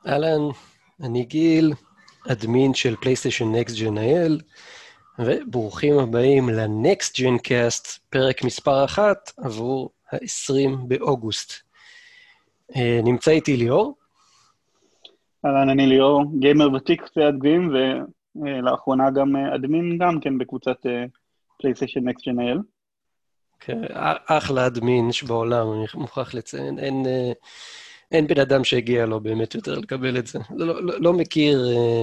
אהלן, אני גיל, אדמין של פלייסטיישן נקסט ג'ן IL, וברוכים הבאים לנקסט ג'ן קאסט, פרק מספר 1 עבור ה-20 באוגוסט. נמצא איתי ליאור. אהלן, אני ליאור, גיימר ותיק קצת גיים, ולאחרונה גם אדמין גם כן בקבוצת פלייסטיישן נקסט ג'ן IL. אחלה אדמין שבעולם, אני מוכרח לציין, אין בן אדם שהגיע לו באמת יותר לקבל את זה. לא מכיר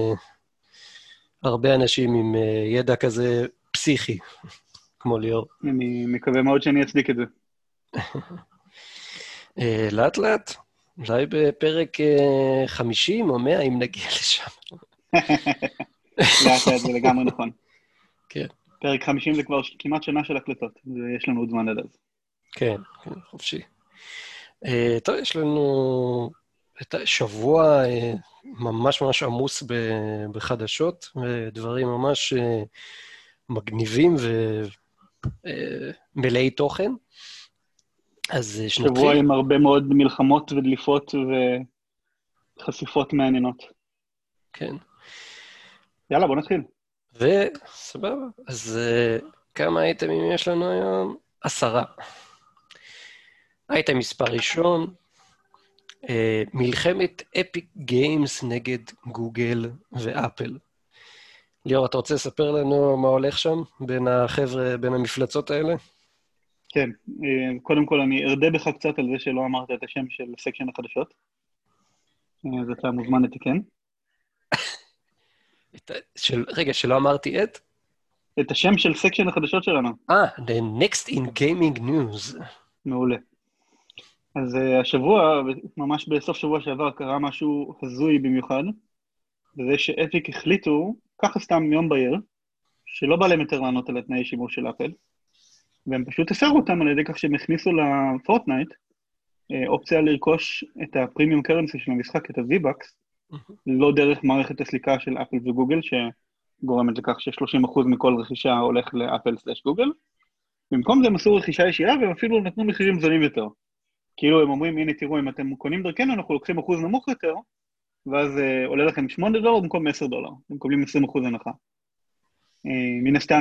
הרבה אנשים עם ידע כזה פסיכי, כמו ליאור. אני מקווה מאוד שאני אצדיק את זה. לאט לאט, אולי בפרק 50 או 100 אם נגיע לשם. לאט לאט זה לגמרי נכון. כן. פרק 50 זה כבר כמעט שנה של הקלטות, ויש לנו עוד זמן עד אז. כן, חופשי. טוב, יש לנו את השבוע ממש ממש עמוס בחדשות, ודברים ממש מגניבים ומלאי תוכן. אז שנתחיל. שבוע עם הרבה מאוד מלחמות ודליפות וחשיפות מעניינות. כן. יאללה, בוא נתחיל. וסבבה. אז כמה אייטמים יש לנו היום? 10. אייטם מספר ראשון, מלחמת אפיק גיימס נגד גוגל ואפל. ליאור, אתה רוצה לספר לנו מה הולך שם בין החבר'ה, בין המפלצות האלה? כן, קודם כל אני ארדה בך קצת על זה שלא אמרת את השם של סקשן החדשות. אז אתה מוזמן לתקן. רגע, שלא אמרתי את? את השם של סקשן החדשות שלנו. The Next in Gaming News. מעולה. אז השבוע, ממש בסוף שבוע שעבר, קרה משהו הזוי במיוחד, וזה שאפיק החליטו, ככה סתם יום בהיר, שלא בא להם יותר לענות על התנאי שימוש של אפל, והם פשוט הסרו אותם על ידי כך שהם הכניסו לפורטנייט, אופציה לרכוש את הפרימיום קרנסי של המשחק, את ה-V-Bucks, לא דרך מערכת הסליקה של אפל וגוגל, שגורמת לכך ש30% מכל רכישה הולך לאפל/גוגל. במקום זה הם עשו רכישה ישירה, והם אפילו נתנו מחירים זולים יותר. כאילו הם אומרים, הנה תראו, אם אתם קונים דרכנו, אנחנו לוקחים אחוז נמוך יותר, ואז עולה לכם $8 במקום $10, הם מקבלים 20% הנחה. מן הסתם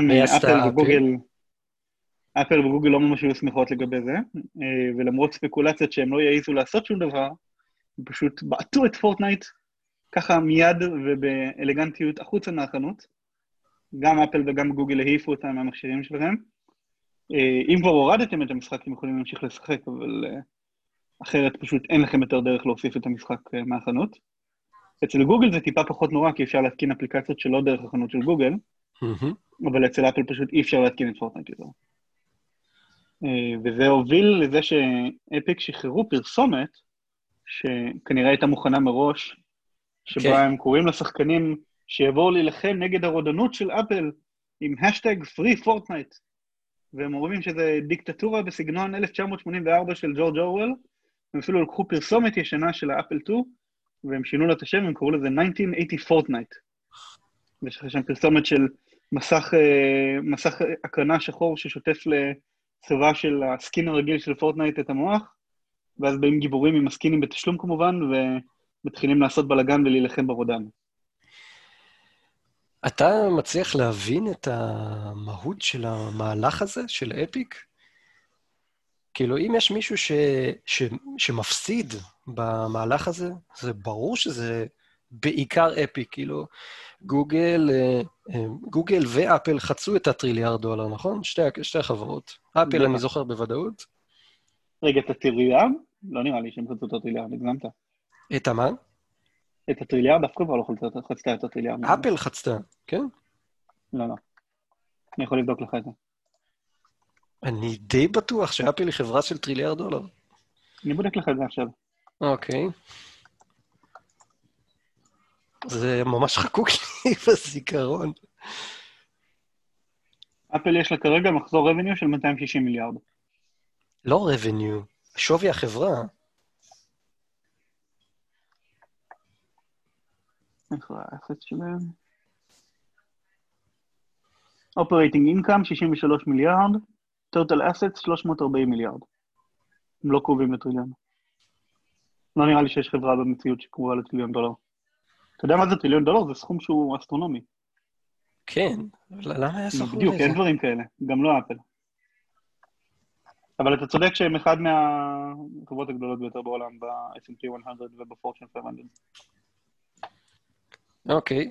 אפל וגוגל לא ממש היו שמחות לגבי זה, ולמרות ספקולציות שהם לא יעיזו לעשות שום דבר, הם פשוט בעטו את פורטנייט, ככה מיד ובאלגנטיות החוצה מהחנות, גם אפל וגם גוגל העיפו אותם מהמכשירים שלהם. אם כבר הורדתם את המשחק, אתם יכולים להמשיך לשחק, אבל אחרת פשוט אין לכם יותר דרך להוסיף את המשחק מהחנות. אצל גוגל זה טיפה פחות נורא, כי אפשר להתקין אפליקציות שלא דרך החנות של גוגל, אבל אצל אפל פשוט אי אפשר להתקין את פורטנייט יותר. וזה הוביל לזה שאפיק שחררו פרסומת, שכנראה הייתה מוכנה מראש, שבה הם קוראים לשחקנים שיבואו להילחם נגד הרודנות של אפל, עם השטג free Fortnite, והם אומרים שזה דיקטטורה בסגנון 1984 של ג'ורג' אורוול, הם אפילו לקחו פרסומת ישנה של האפל 2, והם שינו לה את השם, הם קראו לזה 1980 Fortnite. ויש שם פרסומת של מסך הקרנה שחור ששוטף לצבא של הסקין הרגיל של פורטנייט את המוח, ואז באים גיבורים עם הסקינים בתשלום כמובן, ומתחילים לעשות בלגן ולהילחם ברודן. אתה מצליח להבין את המהות של המהלך הזה, של אפיק? כאילו, אם יש מישהו שמפסיד במהלך הזה, זה ברור שזה בעיקר אפיק. כאילו, גוגל ואפל חצו את $1 טריליארד, נכון? שתי החברות. אפל אני זוכר בוודאות. רגע, את הטריליארד? לא נראה לי שהם חצו את הטריליארד, הגזמת. את מה? את הטריליארד, אף אחד כבר לא חצתה את הטריליארד. אפל חצתה, כן? לא. אני יכול לבדוק לך את זה. אני די בטוח שאפל היא חברה של $1 טריליארד. אני בודק לך את זה עכשיו. אוקיי. זה ממש חקוק לי בזיכרון. אפל יש לה כרגע מחזור רבניו של 260 מיליארד. לא רבניו, שווי החברה. איפה האסט שלהם? אופרייטינג אינקאם 63 מיליארד, טוטל אסטס 340 מיליארד. הם לא קרובים לטריליון. לא נראה לי שיש חברה במציאות שקרובה לטריליון דולר. אתה יודע מה זה טריליון דולר? זה סכום שהוא אסטרונומי. כן, למה היה סוכנות בדיוק, לזה? אין דברים כאלה, גם לא אפל. אבל אתה צודק שהם אחד מהחברות הגדולות ביותר בעולם ב-S&P 100 וב-Fortune 500. אוקיי.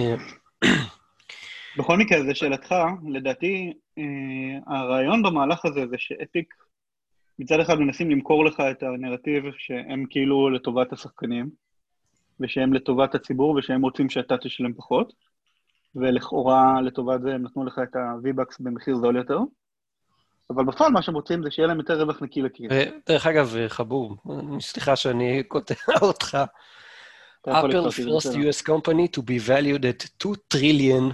בכל מקרה, זה שאלתך, לדעתי, הרעיון במהלך הזה זה שאפיק מצד אחד מנסים למכור לך את הנרטיב שהם כאילו לטובת השחקנים, ושהם לטובת הציבור, ושהם רוצים שאתה תשלם פחות, ולכאורה לטובת זה הם נתנו לך את ה-V-Bucks במחיר זול יותר, אבל בפועל מה שהם רוצים זה שיהיה להם יותר רווח נקי לקריפטו. דרך אגב, חבוב, סליחה שאני קוטע אותך. אתה יכול Apple לקטוע אותי, זה first בסדר. US company to be valued at $2 trillion.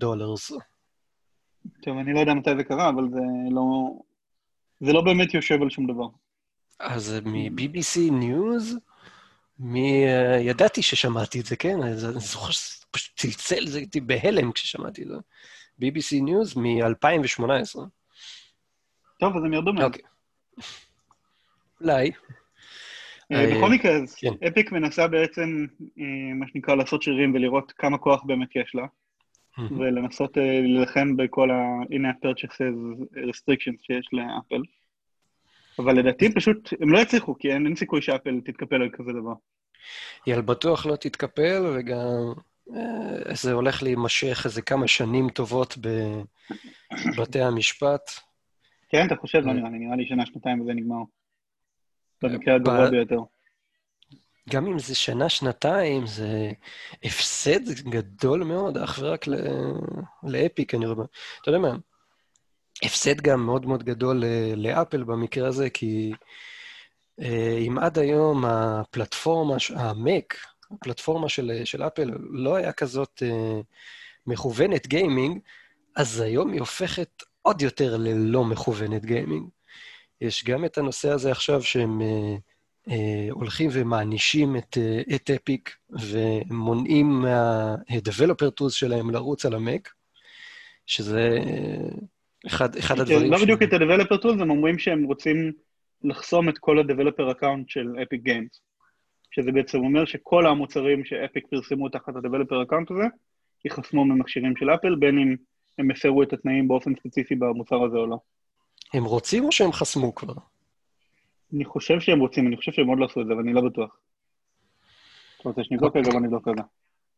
טוב, אני לא יודע מתי זה קרה, אבל זה לא באמת יושב על שום דבר. אז מ-BBC News, ידעתי ששמעתי את זה, כן? אני זוכר שפשוט צלצל, זה הייתי בהלם כששמעתי את זה. BBC News מ-2018. טוב, אז הם ירדו מהם. אוקיי. אולי. בכל מקרה, אז כן. אפיק מנסה בעצם, מה שנקרא, לעשות שרירים ולראות כמה כוח באמת יש לה, ולנסות להילחם בכל ה-in-app purchases restrictions שיש לאפל. אבל לדעתי פשוט, הם לא יצליחו, כי אין סיכוי שאפל תתקפל על כזה דבר. היא על בטוח לא תתקפל, וגם זה הולך להימשך איזה כמה שנים טובות בבתי המשפט. כן, אתה חושב? לא נראה לי שנה, שנתיים וזה נגמר. במקרה הגרוע ביותר. גם אם זה שנה, שנתיים, זה הפסד גדול מאוד, אך ורק לאפיק, אני רואה. אתה יודע מה? הפסד גם מאוד מאוד גדול לאפל במקרה הזה, כי אם עד היום הפלטפורמה, המק, הפלטפורמה של אפל לא היה כזאת מכוונת גיימינג, אז היום היא הופכת עוד יותר ללא מכוונת גיימינג. יש גם את הנושא הזה עכשיו שהם הולכים ומענישים את אפיק, ומונעים מה-Developer Tools שלהם לרוץ על המק, שזה אחד הדברים לא בדיוק את ה-Developer Tools, הם אומרים שהם רוצים לחסום את כל ה-Developer Account של אפיק גיימס, שזה בעצם אומר שכל המוצרים שאפיק פרסמו תחת ה-Developer Account הזה, יחסמו ממכשירים של אפל, בין אם הם הפרו את התנאים באופן ספציפי במוצר הזה או לא. הם רוצים או שהם חסמו כבר? אני חושב שהם רוצים, אני חושב שהם עוד לא עשו את זה, אבל אני לא בטוח. אתה רוצה שנבדוק רגע, בוא נבדוק רגע.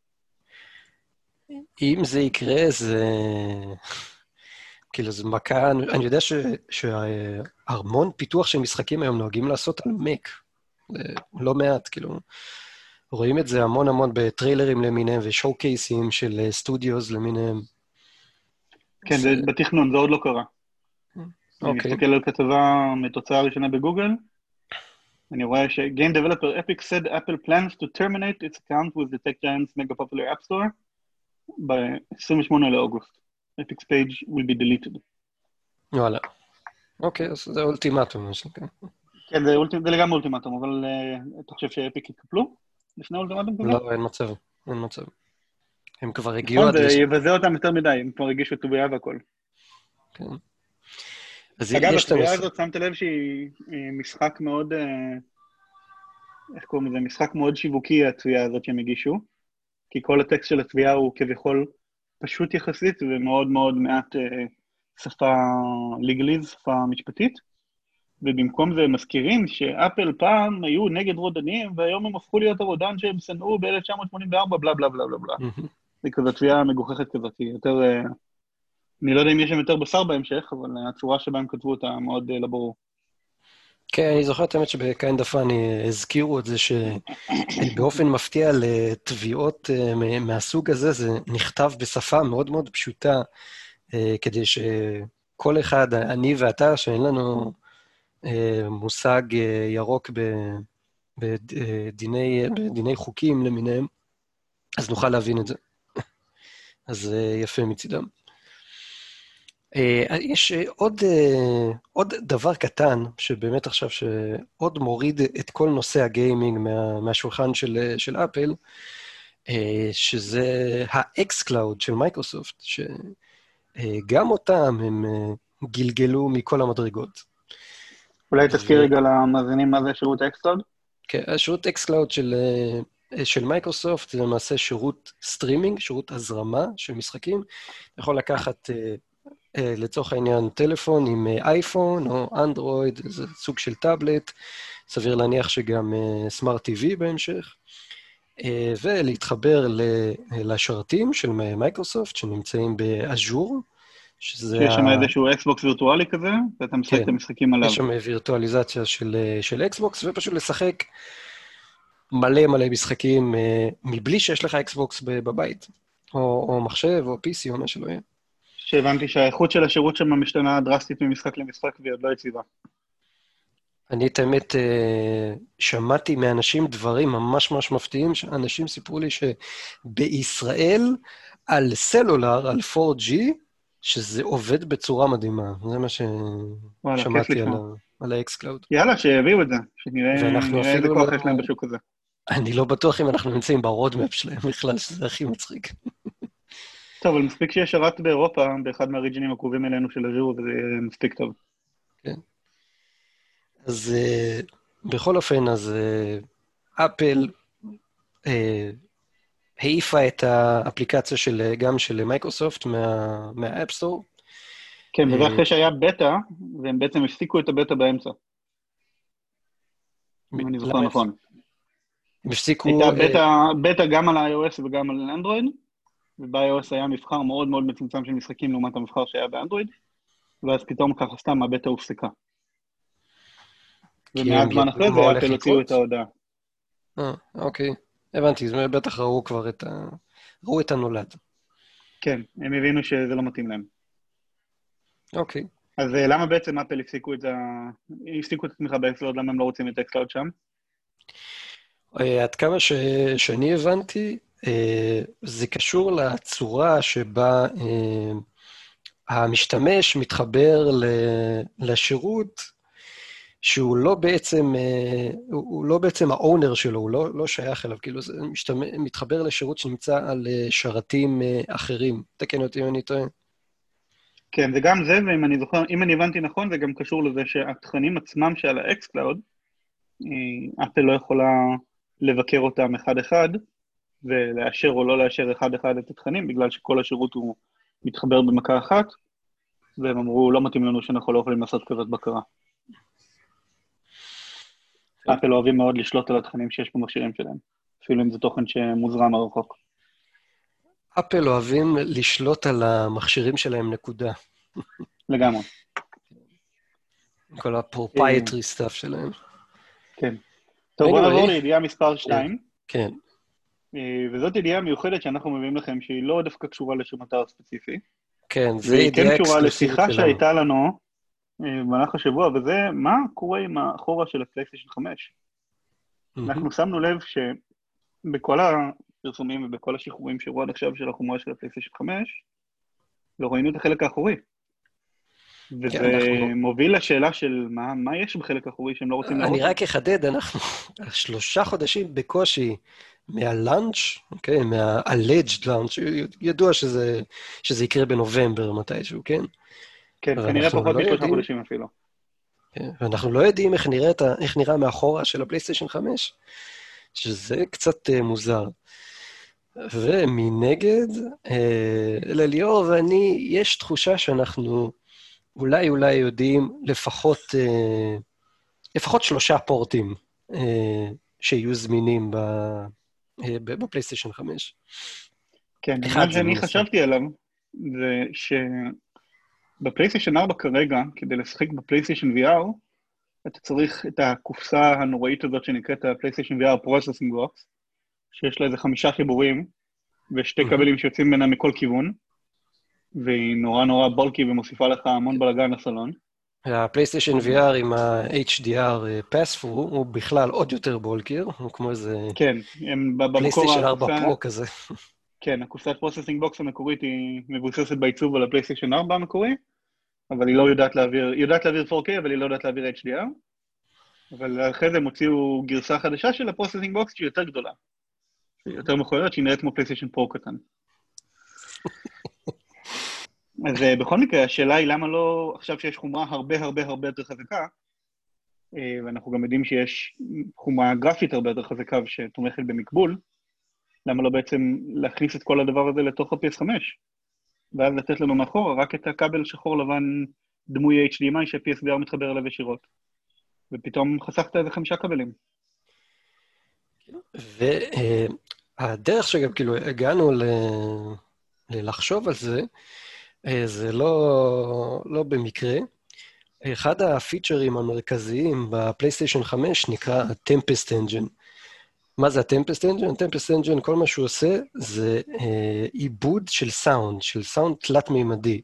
אם זה יקרה, זה... כאילו, זה מכה... אני יודע שהרמון פיתוח של משחקים היום נוהגים לעשות על מק. לא מעט, כאילו. רואים את זה המון המון בטריילרים למיניהם ושואו-קייסים של סטודיוס למיניהם. כן, זה בתכנון, זה עוד לא קרה. אני אוקיי. מסתכל על כתבה מתוצאה ראשונה בגוגל, אני רואה ש-Game Developer Epic said Apple plans to terminate its account with the tech giant's mega popular app store ב-28 לאוגוסט. Epic's page will be deleted. וואלה. אוקיי, אז זה אולטימטום, מה שנקרא. כן, זה לגמרי אולטימטום, אבל אתה חושב שאפיק יתקפלו לפני אולטימטום כזה? לא, אין מצב, אין מצב. הם כבר הגיעו נכון, זה יבזה אותם יותר מדי, הם כבר הגישו תביעה והכל. כן. אגב, התביעה הזאת, שמת לב שהיא משחק מאוד, איך קוראים לזה? משחק מאוד שיווקי, התביעה הזאת שהם הגישו, כי כל הטקסט של התביעה הוא כביכול פשוט יחסית, ומאוד מאוד מעט שפה ליגליז, שפה משפטית, ובמקום זה הם מזכירים שאפל פעם היו נגד רודנים, והיום הם הפכו להיות הרודן שהם שנאו ב-1984, בלה בלה בלה בלה בלה. זה כזו תביעה מגוחכת כזאת, היא יותר... אני לא יודע אם יש שם יותר בשר בהמשך, אבל הצורה שבה הם כתבו אותה מאוד לא ברור. כן, אני זוכר את האמת שבקיינד הפאני הזכירו את זה שבאופן מפתיע לתביעות מהסוג הזה, זה נכתב בשפה מאוד מאוד פשוטה, כדי שכל אחד, אני ואתה, שאין לנו מושג ירוק בדיני חוקים למיניהם, אז נוכל להבין את זה. אז יפה מצידם. יש עוד דבר קטן, שבאמת עכשיו שעוד מוריד את כל נושא הגיימינג מהשולחן של אפל, שזה ה-X-Cloud של מייקרוסופט, שגם אותם הם גלגלו מכל המדרגות. אולי תזכיר רגע למאזינים מה זה שירות ה-X-Cloud? כן, השירות xCloud של מייקרוסופט זה למעשה שירות סטרימינג, שירות הזרמה של משחקים. יכול לקחת לצורך העניין טלפון עם אייפון או אנדרואיד, זה סוג של טאבלט, סביר להניח שגם סמארט TV בהמשך, ולהתחבר לשרתים של מייקרוסופט שנמצאים באז'ור, שזה שיש שם איזשהו אקסבוקס וירטואלי כזה, ואתה משחק את המשחקים עליו. יש שם וירטואליזציה של אקסבוקס, ופשוט לשחק מלא מלא משחקים מבלי שיש לך אקסבוקס בבית, או מחשב, או PC, או מה שלא יהיה. שהבנתי שהאיכות של השירות שם משתנה דרסטית ממשחק למשחק, והיא עוד לא יציבה. אני את האמת שמעתי מאנשים דברים ממש ממש מפתיעים, שאנשים סיפרו לי שבישראל על סלולר, על 4G, שזה עובד בצורה מדהימה. זה מה ששמעתי על ה-xCloud. יאללה, שיביאו את זה, שנראה איזה כוח יש להם בשוק הזה. אני לא בטוח אם אנחנו נמצאים ברודמפ שלהם בכלל, שזה הכי מצחיק. טוב, אבל מספיק שיש שרת באירופה, באחד מהריג'ינים הקרובים אלינו של אז'ור, וזה מספיק טוב. כן. אז בכל אופן, אז אפל העיפה את האפליקציה גם של מייקרוסופט מהאפסטור. כן, וזה אחרי שהיה בטא, והם בעצם הפסיקו את הבטא באמצע. אם אני זוכר נכון. הפסיקו... הייתה בטא גם על ה-iOS וגם על אנדרואיד, וב-iOS היה מבחר מאוד מאוד מצומצם של משחקים לעומת המבחר שהיה באנדרואיד, ואז פתאום ככה סתם הבטא הופסקה. ומעט זמן אחרי זה אפל הוציאו את ההודעה. אוקיי. הבנתי, אז בטח ראו את הנולד. כן, הם הבינו שזה לא מתאים להם. אוקיי. אז למה בעצם אפל הפסיקו את התמיכה באקסקלאוד, למה הם לא רוצים את אקסקלאוד שם? עד כמה שאני הבנתי, זה קשור לצורה שבה המשתמש מתחבר לשירות, שהוא לא בעצם האונר שלו, הוא לא שייך אליו, כאילו זה מתחבר לשירות שנמצא על שרתים אחרים. תקן אותי אם אני טועה. כן, זה גם זה, אם אני הבנתי נכון, זה גם קשור לזה שהתכנים עצמם של האקסקלאוד, אפל לא יכולה לבקר אותם אחד-אחד, ולאשר או לא לאשר אחד-אחד את התכנים, בגלל שכל השירות הוא מתחבר במכה אחת, והם אמרו, לא מתאים לנו שאנחנו לא יכולים לעשות כזאת בקרה. אפל אוהבים מאוד לשלוט על התכנים שיש במכשירים שלהם, אפילו אם זה תוכן שמוזרם מרחוק. אפל אוהבים לשלוט על המכשירים שלהם, נקודה. לגמרי. כל הפרופייטרי סטאפ שלהם. כן. טוב, בוא נעבור לידיעה מספר 2. כן. וזאת ידיעה מיוחדת שאנחנו מביאים לכם, שהיא לא דווקא קשורה לשום אתר ספציפי. כן, זה ידיעה אקסקלוסיבית שלנו. והיא כן קשורה לשיחה שהייתה לנו במהלך השבוע, וזה מה קורה עם האחורה של הפלייסטיישן 5. אנחנו שמנו לב שבכל הפרסומים ובכל השחרורים שראו עד עכשיו של החומרה של הפלייסטיישן 5, לא ראינו את החלק האחורי. וזה מוביל לשאלה של מה יש בחלק האחורי שהם לא רוצים לראות. אני רק אחדד, אנחנו 3 חודשים בקושי מהלאנץ', אוקיי, מה-alleged לאנץ', ידוע שזה יקרה בנובמבר מתישהו, כן? כן, כנראה פחות מ3 חודשים אפילו. ואנחנו לא יודעים איך נראה מאחורה של הפלייסטיישן 5, שזה קצת מוזר. ומנגד, לליאור ואני, יש תחושה שאנחנו אולי יודעים לפחות 3 פורטים שיהיו זמינים בפלייסטיישן 5. כן, מה שאני חשבתי עליו, זה שבפלייסטיישן 4 כרגע, כדי לשחק בפלייסטיישן VR, אתה צריך את הקופסה הנוראית הזאת שנקראת הפלייסטיישן VR Processing Box, שיש לה איזה 5 חיבורים, ושתי כבלים שיוצאים ממנה מכל כיוון, והיא נורא בולקי ומוסיפה לך המון בלגן לסלון. הפלייסטיישן VR עם ה-HDR Pass-Through הוא בכלל עוד יותר בולקיר, הוא כמו איזה... כן, פלייסטיישן 4 פרו כזה. כן, הקופסת פרוססינג בוקס המקורית היא מבוססת בעיצוב על הפלייסטיישן 4 המקורי, אבל היא לא יודעת להעביר 4K, אבל היא לא יודעת להעביר HDR, אבל אחרי זה הם הוציאו גרסה חדשה של הפרוססינג בוקס שהיא יותר גדולה, שהיא יותר מכוערת, שהיא נראית כמו פלייסטיישן פרו קטן. אז בכל מקרה, השאלה היא למה לא, עכשיו שיש חומרה הרבה יותר חזקה, ואנחנו גם יודעים שיש חומה גרפית הרבה יותר חזקה שתומכת במקבול, למה לא בעצם להכניס את כל הדבר הזה לתוך ה-PS5, ואז לתת לנו מאחורה רק את הכבל שחור לבן דמוי HDMI שה-PSVR מתחבר אליו ישירות, ופתאום חסכת איזה 5 כבלים. והדרך שגם כאילו הגענו לחשוב על זה, זה לא במקרה. אחד הפיצ'רים המרכזיים בפלייסטיישן 5 נקרא Tempest Engine. מה זה ה-Tempest Engine? ה-Tempest Engine, כל מה שהוא עושה זה עיבוד של סאונד תלת-מימדי.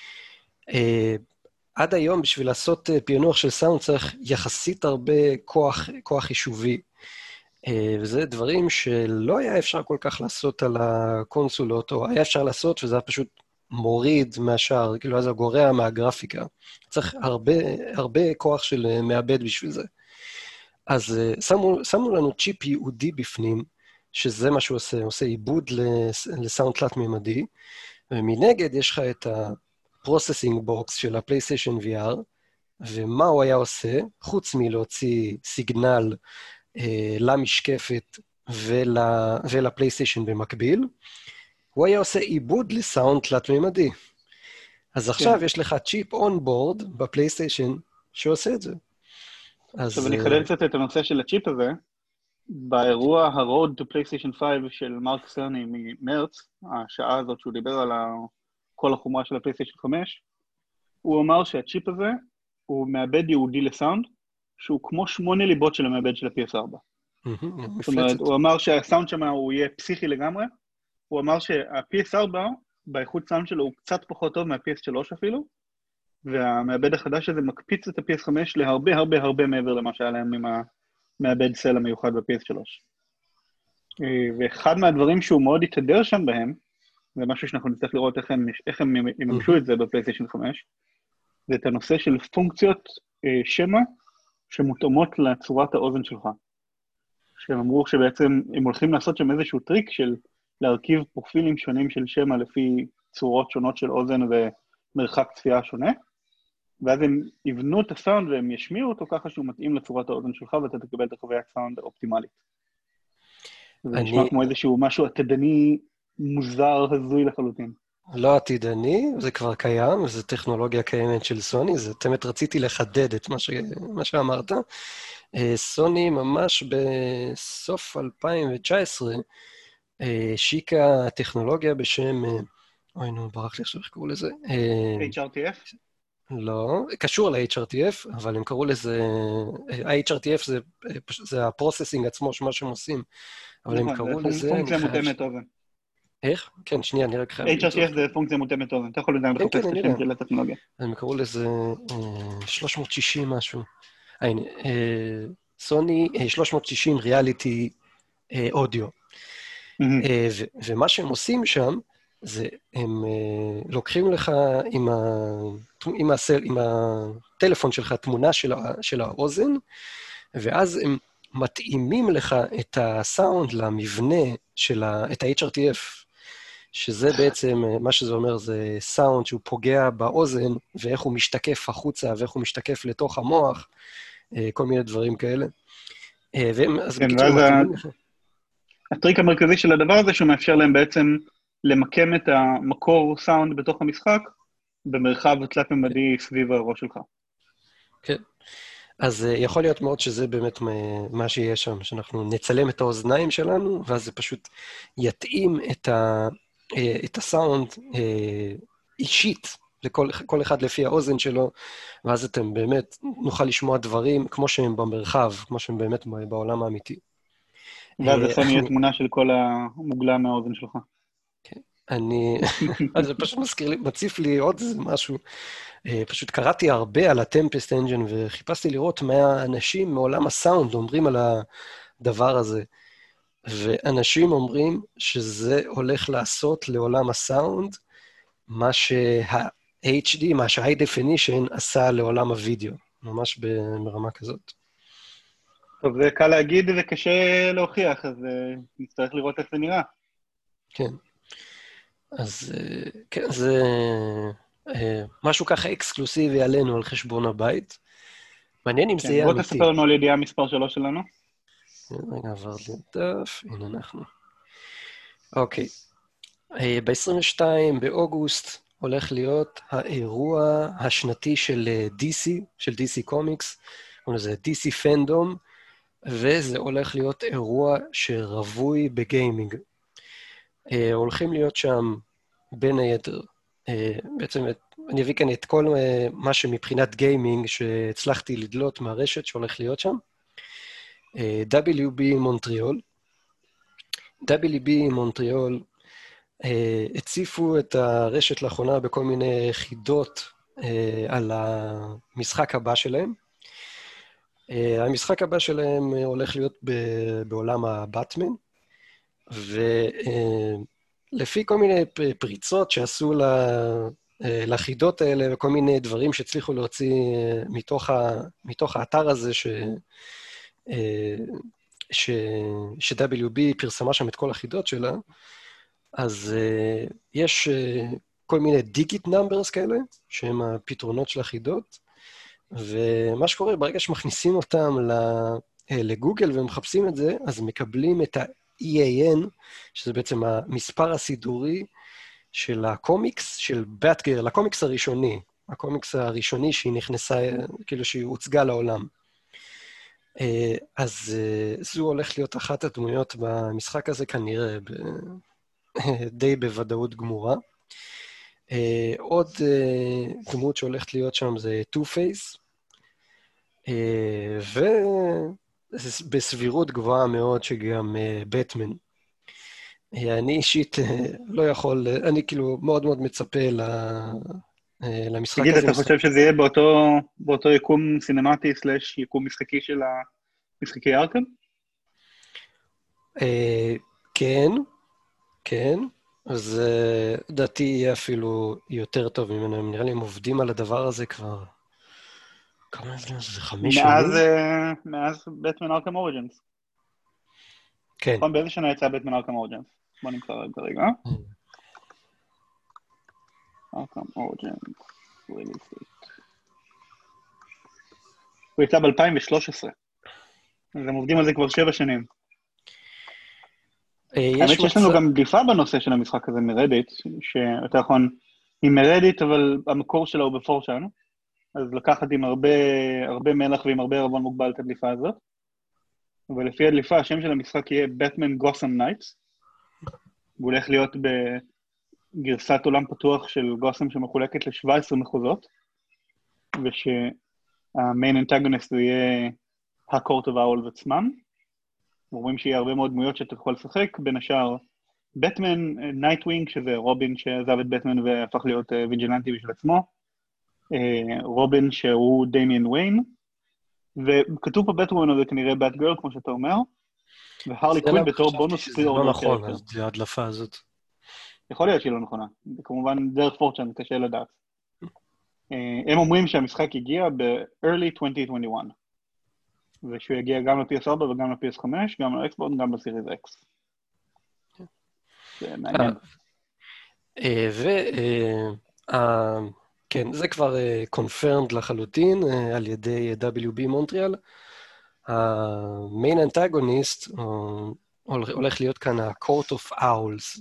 עד היום בשביל לעשות פענוח של סאונד צריך יחסית הרבה כוח חישובי. וזה דברים שלא היה אפשר כל כך לעשות על הקונסולות, או היה אפשר לעשות וזה היה פשוט מוריד מהשאר, כאילו אז הגורע מהגרפיקה. צריך הרבה כוח של מעבד בשביל זה. אז שמו לנו צ'יפ ייעודי בפנים, שזה מה שהוא עושה עיבוד לסאונד תלת-מימדי, ומנגד יש לך את ה-processing box של הפלייסטיישן VR, ומה הוא היה עושה, חוץ מלהוציא סיגנל למשקפת ולפלייסטיישן במקביל, הוא היה עושה עיבוד לסאונד תלת-מימדי. אז עכשיו יש לך צ'יפ און-בורד בפלייסטיישן שעושה את זה. עכשיו אני אחדד קצת את הנושא של הצ'יפ הזה, באירוע ה-Road to PlayStation 5 של מרק סרני ממרץ, השעה הזאת שהוא דיבר על כל החומרה של הפלייסטיישן 5, הוא אמר שהצ'יפ הזה הוא מעבד ייעודי לסאונד, שהוא כמו 8 ליבות של המעבד של ה-PS4. זאת אומרת, הוא אמר שהסאונד שם הוא יהיה פסיכי לגמרי, הוא אמר שה-PS4, באיכות סאונד שלו הוא קצת פחות טוב מה-PS3 אפילו, והמעבד החדש הזה מקפיץ את ה-PS5 להרבה הרבה הרבה מעבר למה שהיה להם עם המעבד סל המיוחד ב-PS3. ואחד מהדברים שהוא מאוד התהדר שם בהם, זה משהו שאנחנו נצטרך לראות איך הם יממשו את זה בפלייסטיישן 5, זה את הנושא של פונקציות שמע שמותאמות לצורת האוזן שלך. שהם אמרו שבעצם הם הולכים לעשות שם איזשהו טריק של להרכיב פרופילים שונים של שמע לפי צורות שונות של אוזן ומרחק צפייה שונה, ואז הם יבנו את הסאונד והם ישמיעו אותו ככה שהוא מתאים לצורת האוזן שלך, ואתה תקבל את החוויית סאונד האופטימלית. זה נשמע כמו איזשהו משהו עתידני מוזר, הזוי לחלוטין. לא עתידני, זה כבר קיים, זו טכנולוגיה קיימת של סוני, זה באמת רציתי לחדד את מה שאמרת. סוני ממש בסוף 2019 שיקה טכנולוגיה בשם, אוי נו, ברח לי עכשיו איך קראו לזה? HRTF? לא, קשור ל-HRTF, אבל הם קראו לזה, ה-HRTF זה הפרוססינג עצמו, מה שהם עושים, אבל הם קראו לזה... זה פונקציה מותאמת אוזן. איך? כן, שנייה, אני רק חייב... HRTF זה פונקציה מותאמת אוזן, אתה יכול לדעת לחפש את השם של הטכנולוגיה. הם קראו לזה 360 משהו. הנה, סוני 360 ריאליטי אודיו. ומה שהם עושים שם, זה הם לוקחים לך עם הטלפון שלך תמונה של האוזן, ואז הם מתאימים לך את הסאונד למבנה את ה-HRTF, שזה בעצם, מה שזה אומר זה סאונד שהוא פוגע באוזן, ואיך הוא משתקף החוצה, ואיך הוא משתקף לתוך המוח, כל מיני דברים כאלה. אז בקיצור מתאימים לך. הטריק המרכזי של הדבר הזה, שהוא מאפשר להם בעצם למקם את המקור סאונד בתוך המשחק, במרחב תלת-ממדי סביב הראש שלך. כן. אז יכול להיות מאוד שזה באמת מה שיהיה שם, שאנחנו נצלם את האוזניים שלנו, ואז זה פשוט יתאים את הסאונד אישית, לכל אחד לפי האוזן שלו, ואז אתם באמת נוכל לשמוע דברים כמו שהם במרחב, כמו שהם באמת בעולם האמיתי. ואז זה יהיה תמונה של כל המוגלה מהאוזן שלך. כן, אז זה פשוט מציף לי עוד משהו. פשוט קראתי הרבה על הטמפסט אנג'ן, וחיפשתי לראות מה אנשים מעולם הסאונד אומרים על הדבר הזה. ואנשים אומרים שזה הולך לעשות לעולם הסאונד, מה שה-HD, מה שה-High Definition עשה לעולם הוידאו. ממש ברמה כזאת. טוב, זה קל להגיד וקשה להוכיח, אז נצטרך לראות איך זה נראה. כן. אז כן, זה משהו ככה אקסקלוסיבי עלינו על חשבון הבית, מעניין אם זה כן, יהיה בוא אמיתי. תספר לנו על ידיעה מספר 3 שלנו. רגע, עבר לי דף, הנה אנחנו. אוקיי. ב-22 באוגוסט הולך להיות האירוע השנתי של DC, של DC קומיקס, זה DC פנדום, וזה הולך להיות אירוע שרווי בגיימינג. הולכים להיות שם בין היתר, בעצם אני אביא כאן את כל מה שמבחינת גיימינג שהצלחתי לדלות מהרשת שהולך להיות שם. WB מונטריאול. WB מונטריאול הציפו את הרשת לאחרונה בכל מיני חידות על המשחק הבא שלהם. המשחק הבא שלהם הולך להיות בעולם הבטמן, ולפי כל מיני פריצות שעשו לחידות האלה וכל מיני דברים שהצליחו להוציא מתוך האתר הזה ש-WB פרסמה שם את כל החידות שלה, אז יש כל מיני דיגיט נאמברס כאלה, שהם הפתרונות של החידות, ומה שקורה, ברגע שמכניסים אותם לגוגל ומחפשים את זה, אז מקבלים את ה-EAN, שזה בעצם המספר הסידורי של הקומיקס, של באטגרל, הקומיקס הראשוני שהיא נכנסה, כאילו שהיא הוצגה לעולם. אז זו הולך להיות אחת הדמויות במשחק הזה כנראה, די בוודאות גמורה. עוד דמות שהולכת להיות שם זה Two-Face, ובסבירות גבוהה מאוד שגם בטמן. אני אישית לא יכול, אני כאילו מאוד מאוד מצפה למשחק הזה. תגיד, אתה חושב שזה יהיה באותו יקום סינמטי סלש יקום משחקי של המשחקי ארכם? כן, כן. אז דעתי יהיה אפילו יותר טוב ממנו. נראה לי הם עובדים על הדבר הזה כבר... כמה זה? 5 שנים? מאז בטמן ארכם אוריג'נס. כן. באיזה שנה יצא בטמן ארכם אוריג'נס? בוא נמצא רגע. ארכם אוריג'נס. הוא יצא ב-2013. אז הם עובדים על זה כבר 7 שנים. האמת שיש לנו גם דליפה בנושא של המשחק הזה מרדיט, שאתה יכול, היא מרדיט, אבל המקור שלה הוא בפורשן, אז לקחת עם הרבה מלח ועם הרבה ערבון מוגבל את הדליפה הזאת, ולפי הדליפה, השם של המשחק יהיה Batman Gotham Knights, הוא הולך להיות בגרסת עולם פתוח של גוסם שמחולקת ל-17 מחוזות, ושהמיין אנטגוניסט הוא יהיה ה-Court of Owls עצמם, אומרים שיהיה הרבה מאוד דמויות שאתה יכול לשחק, בין השאר בטמן, נייטווינג, שזה רובין שעזב את בטמן והפך להיות ויג'לנטי בשביל עצמו, רובין שהוא דמיאן ויין, וכתוב פה בטוומן הזה כנראה בט גרל, כמו שאתה אומר, והרלי קווין בתור בונוס פרי-אורדר. לא נכון, ההדלפה הזאת. יכול להיות שהיא לא נכונה, כמובן דרך פורצ'ן, קשה לדעת. הם אומרים שהמשחק הגיע ב-early 2021. ושהוא יגיע גם ל-PS4 וגם ל-PS5, גם לאקסבורט וגם לסיריז X. זה מעניין. כן, זה כבר confirmed לחלוטין על ידי WB מונטריאל. המיין אנטגוניסט הולך להיות כאן ה-Court of Owls.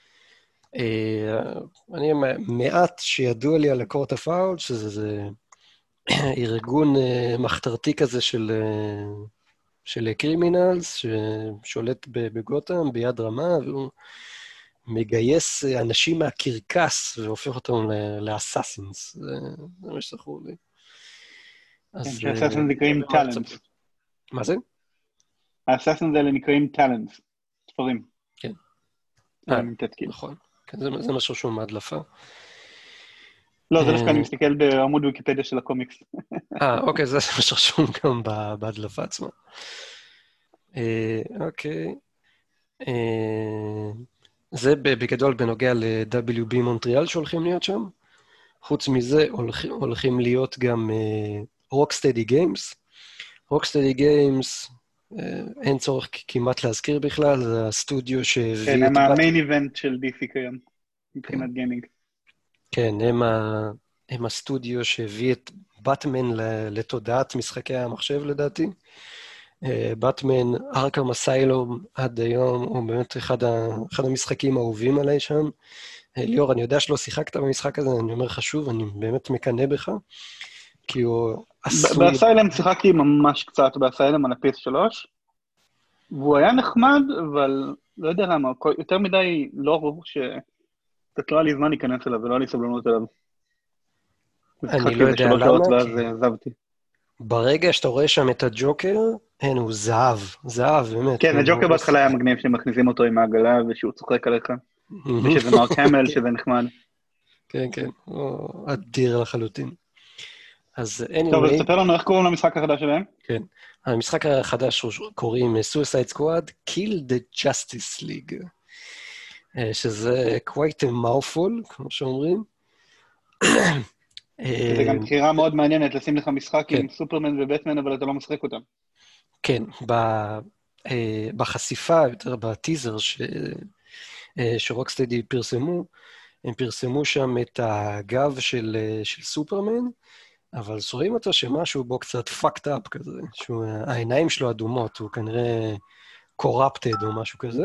אני מעט שידוע לי על ה-Court of Owls, שזה ארגון מחתרתי כזה של קרימינלס, ששולט בגותם ביד רמה, והוא מגייס אנשים מהקרקס, והופך אותם לאסאסינס. זה מה שזכור לי. כן, שהאסאסינס נקראים טלנטס. מה זה? האסאסינס האלה נקראים טלנטס, ספרים. כן. נכון. זה משהו שהוא מהדלפה. לא, זה דווקא אני מסתכל בעמוד ויקיפדיה של הקומיקס. אוקיי, זה מה שרשום גם בהדלפה עצמה. אוקיי. זה בגדול בנוגע ל-WB מונטריאל שהולכים להיות שם. חוץ מזה, הולכים להיות גם Rocksteady Games. Rocksteady Games, אין צורך כמעט להזכיר בכלל, זה הסטודיו שהביא... כן, הם המיין איבנט של DC כיום, מבחינת גיימינג. כן, הם הסטודיו שהביא את באטמן לתודעת משחקי המחשב לדעתי. באטמן, ארכם אסיילום עד היום, הוא באמת אחד המשחקים האהובים עליי שם. ליאור, אני יודע שלא שיחקת במשחק הזה, אני אומר לך שוב, אני באמת מקנא בך, כי הוא עשוי... באסיילם שיחקתי ממש קצת באסיילם על ה-PS3, והוא היה נחמד, אבל לא יודע למה, יותר מדי לא ברור שקצת לא היה לי זמן להיכנס אליו, ולא היה לי סבלנות אליו. אני לא יודע שיחקתי למה, ואז כי עזבתי. ברגע שאתה רואה שם את הג'וקר, אין, הוא זהב, זהב, באמת. כן, הג'וקר בהתחלה היה מגניב שמכניסים אותו עם העגלה, ושהוא צוחק עליך, ושזה מרק המל, שזה נחמד. כן, כן, הוא אדיר לחלוטין. אז טוב, אז anyway, תספר לנו איך קוראים למשחק החדש שלהם. כן, המשחק החדש קוראים Suicide Squad, Kill the Justice League, שזה quite a mouthful, כמו שאומרים. זה גם בחירה מאוד מעניינת, לשים לך משחק כן. עם סופרמן ובטמן, אבל אתה לא משחק אותם. כן, בחשיפה, יותר בטיזר שרוקסטדי פרסמו, הם פרסמו שם את הגב של סופרמן, אבל רואים אותו שמשהו בו קצת fucked up כזה, העיניים שלו אדומות, הוא כנראה corrupted או משהו כזה,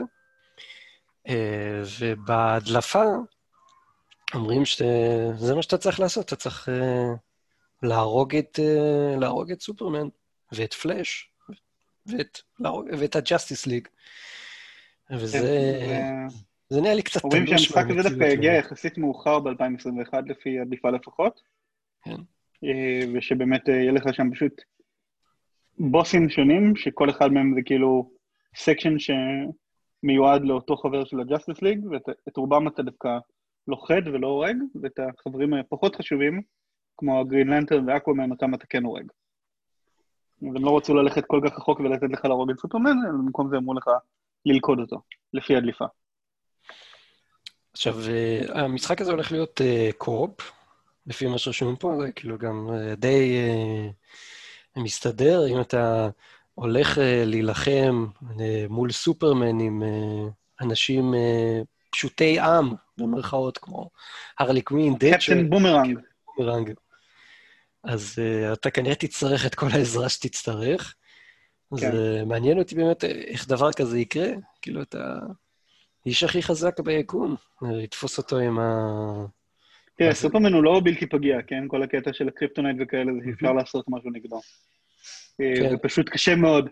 ובהדלפה אומרים שזה מה שאתה צריך לעשות, אתה צריך להרוג את סופרמן ואת פלאש, ואת ה-Justice League. וזה נהיה לי קצת תלוש. אומרים שהמשחק הזה דווקא הגיע יחסית מאוחר ב-2021, לפי הדליפה לפחות. כן. ושבאמת יהיה לך שם פשוט בוסים שונים, שכל אחד מהם זה כאילו סקשן שמיועד לאותו חבר של ה-Justice League, ואת רובם אתה דווקא לוחד ולא הורג, ואת החברים הפחות חשובים, כמו הגרין לנטרן ואקוואמן, אותם אתה כן הורג. הם לא רצו ללכת כל כך רחוק ולתת לך להרוג את סופרמן, אלא במקום זה אמרו לך ללכוד אותו, לפי הדליפה. עכשיו, המשחק הזה הולך להיות קו-אופ, לפי מה שרשום פה, זה כאילו גם די מסתדר, אם אתה הולך להילחם מול סופרמן עם אנשים פשוטי עם, במרכאות, כמו הרלי קווין, קפטן בומרנג. אז אתה כנראה תצטרך את כל העזרה שתצטרך. כן. אז מעניין אותי באמת איך דבר כזה יקרה, כאילו אתה איש הכי חזק ביקום, יתפוס אותו עם תראה, סופרמן הוא לא בלתי פגיע, כן? כל הקטע של הקריפטונייט וכאלה, זה אפשר לעשות משהו נגדו. זה פשוט קשה מאוד.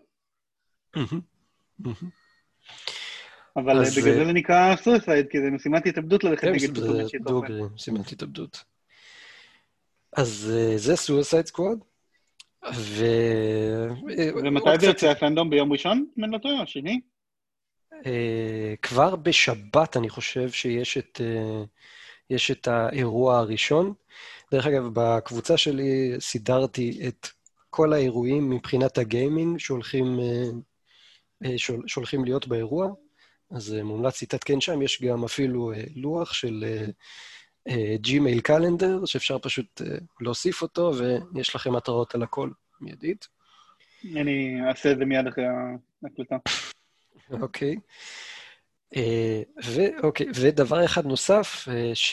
אבל בגלל זה נקרא סויסייד, כי זה משימת התאבדות ללכת נגד סופרמן שהיא טובה. דוגרי, משימת התאבדות. אז זה סויסייד סקוואד, ומתי זה יוצא הפנדום? ביום ראשון? מנתו, שני? כבר בשבת אני חושב שיש את האירוע הראשון. דרך אגב, בקבוצה שלי סידרתי את כל האירועים מבחינת הגיימינג שהולכים להיות באירוע, אז מומלץ להתעדכן שם, יש גם אפילו לוח של ג'ימייל קלנדר, שאפשר פשוט להוסיף אותו, ויש לכם התראות על הכל מיידית. אני אעשה את זה מיד אחרי ההקלטה. אוקיי. ודבר אחד נוסף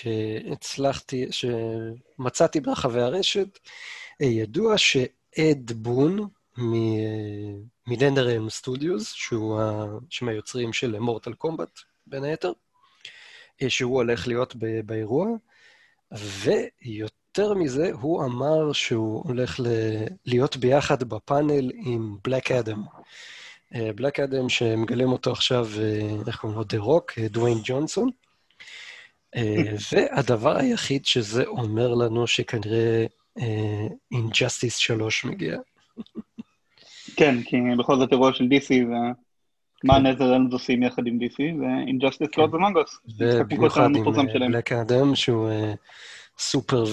שמצאתי ברחבי הרשת, ידוע שאד בון מנדרם סטודיוס, שהוא מהיוצרים של מורטל קומבט בין היתר, שהוא הולך להיות באירוע, ויותר מזה הוא אמר שהוא הולך להיות ביחד בפאנל עם בלק אדם. בלק אדם שמגלם אותו עכשיו, איך קוראים לו? דה רוק, דוויין ג'ונסון. והדבר היחיד שזה אומר לנו שכנראה Injustice 3 מגיע. כן, כי בכל זאת אירוע של DC, ומה נזרלנד עושים יחד עם DC, ו-Injustice Lords Among Us. ובמיוחד עם בלק אדם, שהוא סופר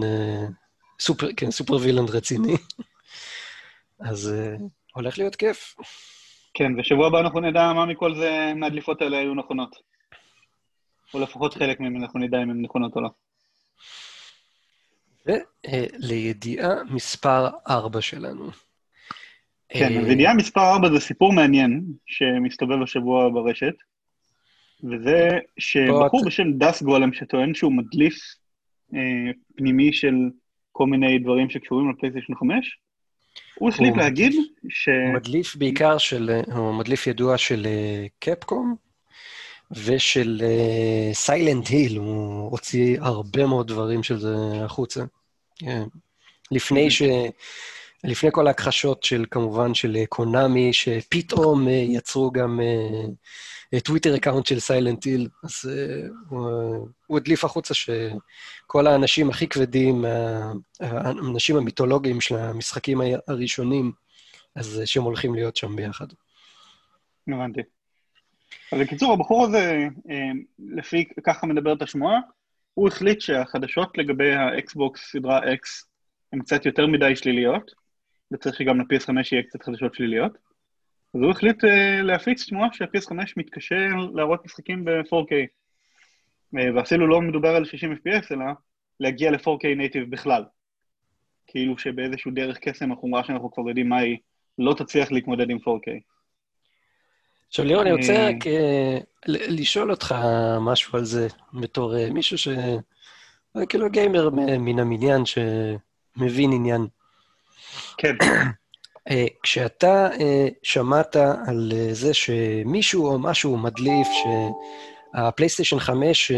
וילן רציני. אז הולך להיות כיף. כן, ושבוע הבא אנחנו נדע מה מכל זה, מהדליפות האלה היו נכונות. או לפחות חלק מהם אנחנו נדע אם הן נכונות או לא. ולידיעה מספר 4 שלנו. כן, אז ידיעה מספר 4 זה סיפור מעניין שמסתובב השבוע ברשת, וזה שבחור בשם דס גולם שטוען שהוא מדליף פנימי של כל מיני דברים שקשורים לפלייסטיישן 5, הוא החליט להגיד הוא מדליף בעיקר הוא מדליף ידוע של קפקום, ושל סיילנט היל, הוא הוציא הרבה מאוד דברים של זה החוצה. לפני כל ההכחשות של, כמובן, של קונאמי, שפתאום יצרו גם טוויטר אקאונט של סיילנט היל, אז הוא הדליף החוצה שכל האנשים הכי כבדים, האנשים המיתולוגיים של המשחקים הראשונים, אז שהם הולכים להיות שם ביחד. הבנתי. אז בקיצור, הבחור הזה, לפי ככה מדברת השמועה, הוא החליט שהחדשות לגבי האקסבוקס סדרה X הן קצת יותר מדי שליליות, וצריך שגם ל-PS5 יהיה קצת חדשות שליליות. אז הוא החליט להפיץ שמועה שה-PS5 מתקשה להראות משחקים ב-4K. ואפילו לא מדובר על 60 FPS, אלא להגיע ל-4K נייטיב בכלל. כאילו שבאיזשהו דרך קסם החומרה שאנחנו כבר יודעים מה היא, לא תצליח להתמודד עם 4K. עכשיו ליאור, אני רוצה רק לשאול אותך משהו על זה, בתור מישהו כאילו גיימר מן המניין שמבין עניין. כן. כשאתה שמעת על זה שמישהו או משהו מדליף שהפלייסטיישן 5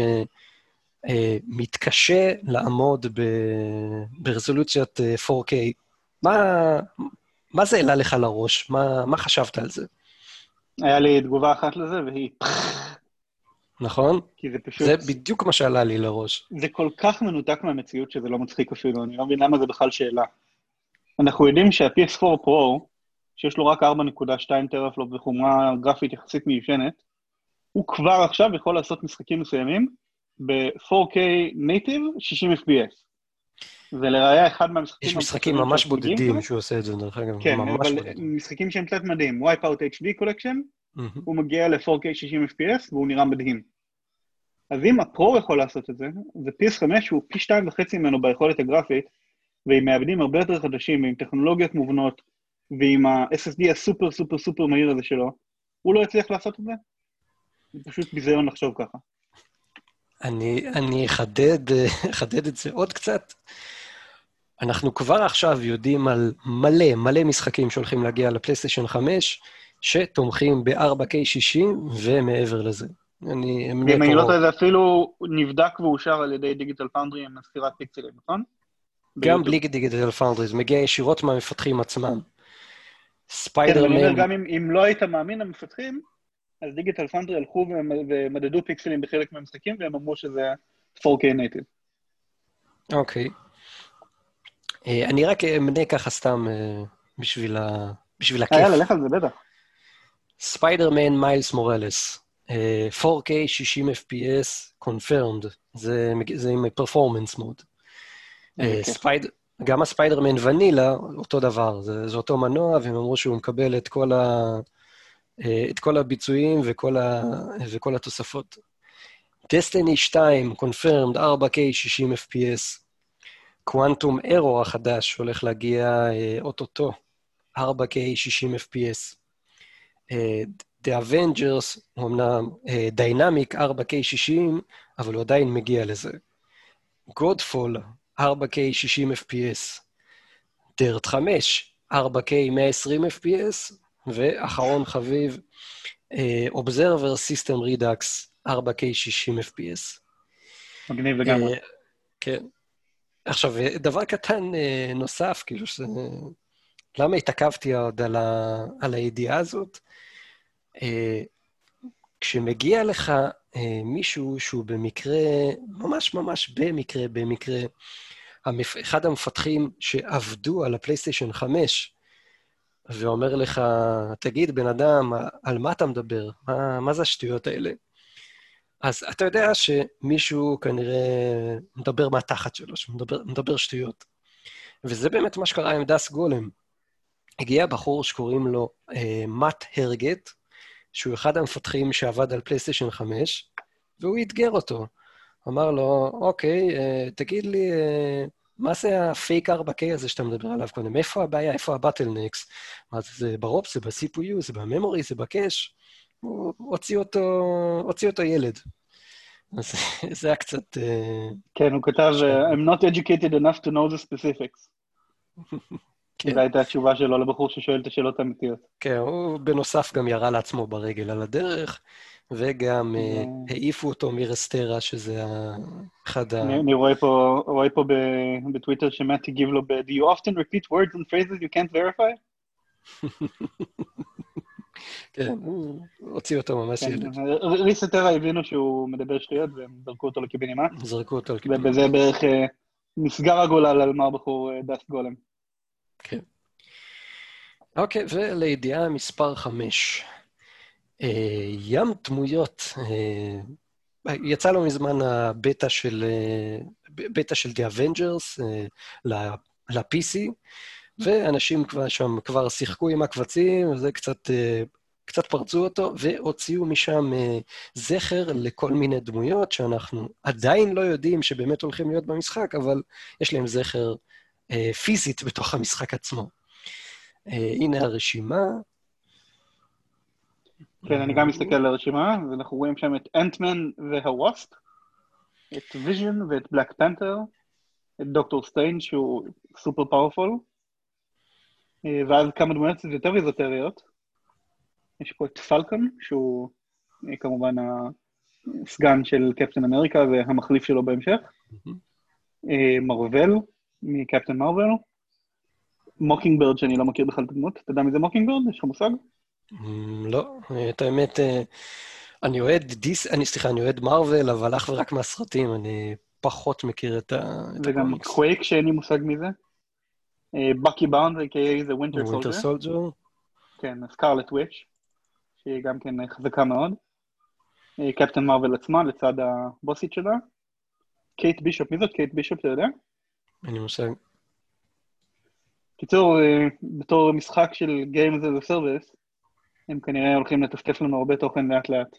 מתקשה לעמוד ברזולוציית 4K, מה זה העלה לך לראש? מה חשבת על זה? היה לי תגובה אחת לזה, והיא... נכון? כי זה פשוט... זה בדיוק מה שעלה לי לראש. זה כל כך מנותק מהמציאות שזה לא מצחיק אפילו, אני לא מבין למה זה בכלל שאלה. אנחנו יודעים שה-PS4 Pro, שיש לו רק 4.2 טרפלופ וחומרה גרפית יחסית מיושנת, הוא כבר עכשיו יכול לעשות משחקים מסוימים ב-4K Native 60 FPS. ולראיה אחד מהמשחקים... יש משחקים ממש בודדים שהוא עושה את זה, דרך אגב. כן, אבל משחקים שהם תלת מדהים. Wipeout HD Collection, הוא מגיע ל-4K 60 FPS והוא נראה מדהים. אז אם הפרו יכול לעשות את זה, ו-PS5 הוא פי 2.5 ממנו ביכולת הגרפית, ועם מעבדים הרבה יותר חדשים, ועם טכנולוגיות מובנות, ועם ה-SSD הסופר סופר סופר מהיר הזה שלו, הוא לא יצליח לעשות את זה? זה פשוט ביזיון לחשוב ככה. אני אחדד את זה עוד קצת. אנחנו כבר עכשיו יודעים על מלא משחקים שהולכים להגיע לפלייסטיישן 5, שתומכים ב-4K 60 ומעבר לזה. ואם אני לא טועה, זה אפילו נבדק ואושר על ידי דיגיטל פאונדרי עם ספירת פיקסלים, נכון? גם בלי דיגיטל פאונדרי, זה מגיע ישירות מהמפתחים עצמם. ספיידרמן... כן, גם אם לא היית מאמין למפתחים, אז דיגיטל פאונדרי הלכו ומדדו פיקסלים בחלק מהמשחקים, והם אמרו שזה 4K נייטיב. אוקיי. אני רק אמנה ככה סתם בשביל הכיף. יאללה, לך על זה, בטח. ספיידרמן מיילס מורלס. 4K 60 FPS confirmed, זה עם פרפורמנס מוד. גם הספיידרמן ונילה, אותו דבר, זה אותו מנוע, והם אמרו שהוא מקבל את כל הביצועים וכל התוספות. דסטיני 2, confirmed, 4K 60 FPS. קוואנטום אירו החדש, הולך להגיע אוטוטו, 4K 60 FPS. The Avengers, הוא אמנם דיינמיק 4K 60, אבל הוא עדיין מגיע לזה. Godfall, 4K 60 FPS. Dirt 5, 4K 120 FPS. ואחרון חביב, Observer System Redux, 4K 60 FPS. מגניב לגמרי. כן. עכשיו, דבר קטן נוסף, כאילו למה התעכבתי עוד על הידיעה הזאת? כשמגיע לך מישהו שהוא במקרה, ממש במקרה, אחד המפתחים שעבדו על הפלייסטיישן 5, ואומר לך, תגיד, בן אדם, על מה אתה מדבר? מה זה השטויות האלה? אז אתה יודע שמישהו כנראה מדבר מהתחת שלו, שמדבר שטויות. וזה באמת מה שקרה עם דס גולם. הגיע בחור שקוראים לו מאט הרגט, שהוא אחד המפתחים שעבד על פלייסטיישן 5, והוא התגר אותו. אמר לו, אוקיי, תגיד לי, מה זה הפייק 4K הזה שאתה מדבר עליו קודם? איפה הבעיה? איפה הבטלנקס? מה זה ברופ? זה ב-CPU? זה בממורי? זה בקש? הוא הוציא אותו ילד. אז זה היה קצת... כן, הוא כתב, I'm not educated enough to know the specifics. כן. זו הייתה התשובה שלו לבחור ששואל את השאלות האמיתיות. כן, הוא בנוסף גם ירה לעצמו ברגל על הדרך, וגם העיפו אותו מרסטרה, שזה אחד אני רואה פה בטוויטר שמאט הגיב לו Do you often repeat words and phrases you can't verify? כן, הוא הוציא אותו ממש כן, ילד. ריסטרה הבינו שהוא מדבר שטויות והם זרקו אותו לקיבינימט. זרקו אותו על קיבינימט. ובזה בערך נסגר הגולל על מה בחור דאסט גולם. כן. אוקיי, ולידיעה מספר 5. ים דמויות. יצא לו מזמן הבטא של The Avengers ל-PC, ואנשים כבר שיחקו עם הקבצים, וזה קצת פרצו אותו, והוציאו משם זכר לכל מיני דמויות שאנחנו עדיין לא יודעים שבאמת הולכים להיות במשחק, אבל יש להם זכר פיזית בתוך המשחק עצמו. הנה הרשימה. כן, אני גם מסתכל על הרשימה, ואנחנו רואים שם את אנטמן והווספ, את ויז'ן ואת בלק פנתר, את דוקטור סטיינג' שהוא סופר פאורפול, ואז כמה דמויות יותר איזוטריות. יש פה את פלקון, שהוא כמובן הסגן של קפטן אמריקה והמחליף שלו בהמשך. מרוול, מקפטן מרוול. מוקינגברד, שאני לא מכיר בכלל את הדמות. אתה יודע מי זה מוקינגברד? יש לך מושג? לא, את האמת, אני אוהד מרוול, אבל אך ורק מהסרטים, אני פחות מכיר את הקומיקס. וגם קווייק, שאין לי מושג מזה. בקי באונד, זה ווינטר סולג'ר. כן, סקארלט וויץ', שהיא גם כן חזקה מאוד. קפטן מרוול עצמה, לצד הבוסית שלה. קייט בישופ, מי זאת קייט בישופ, אתה יודע? אין לי מושג. קיצור, בתור משחק של Games as a Service, הם כנראה הולכים לטפטף לנו הרבה תוכן לאט לאט.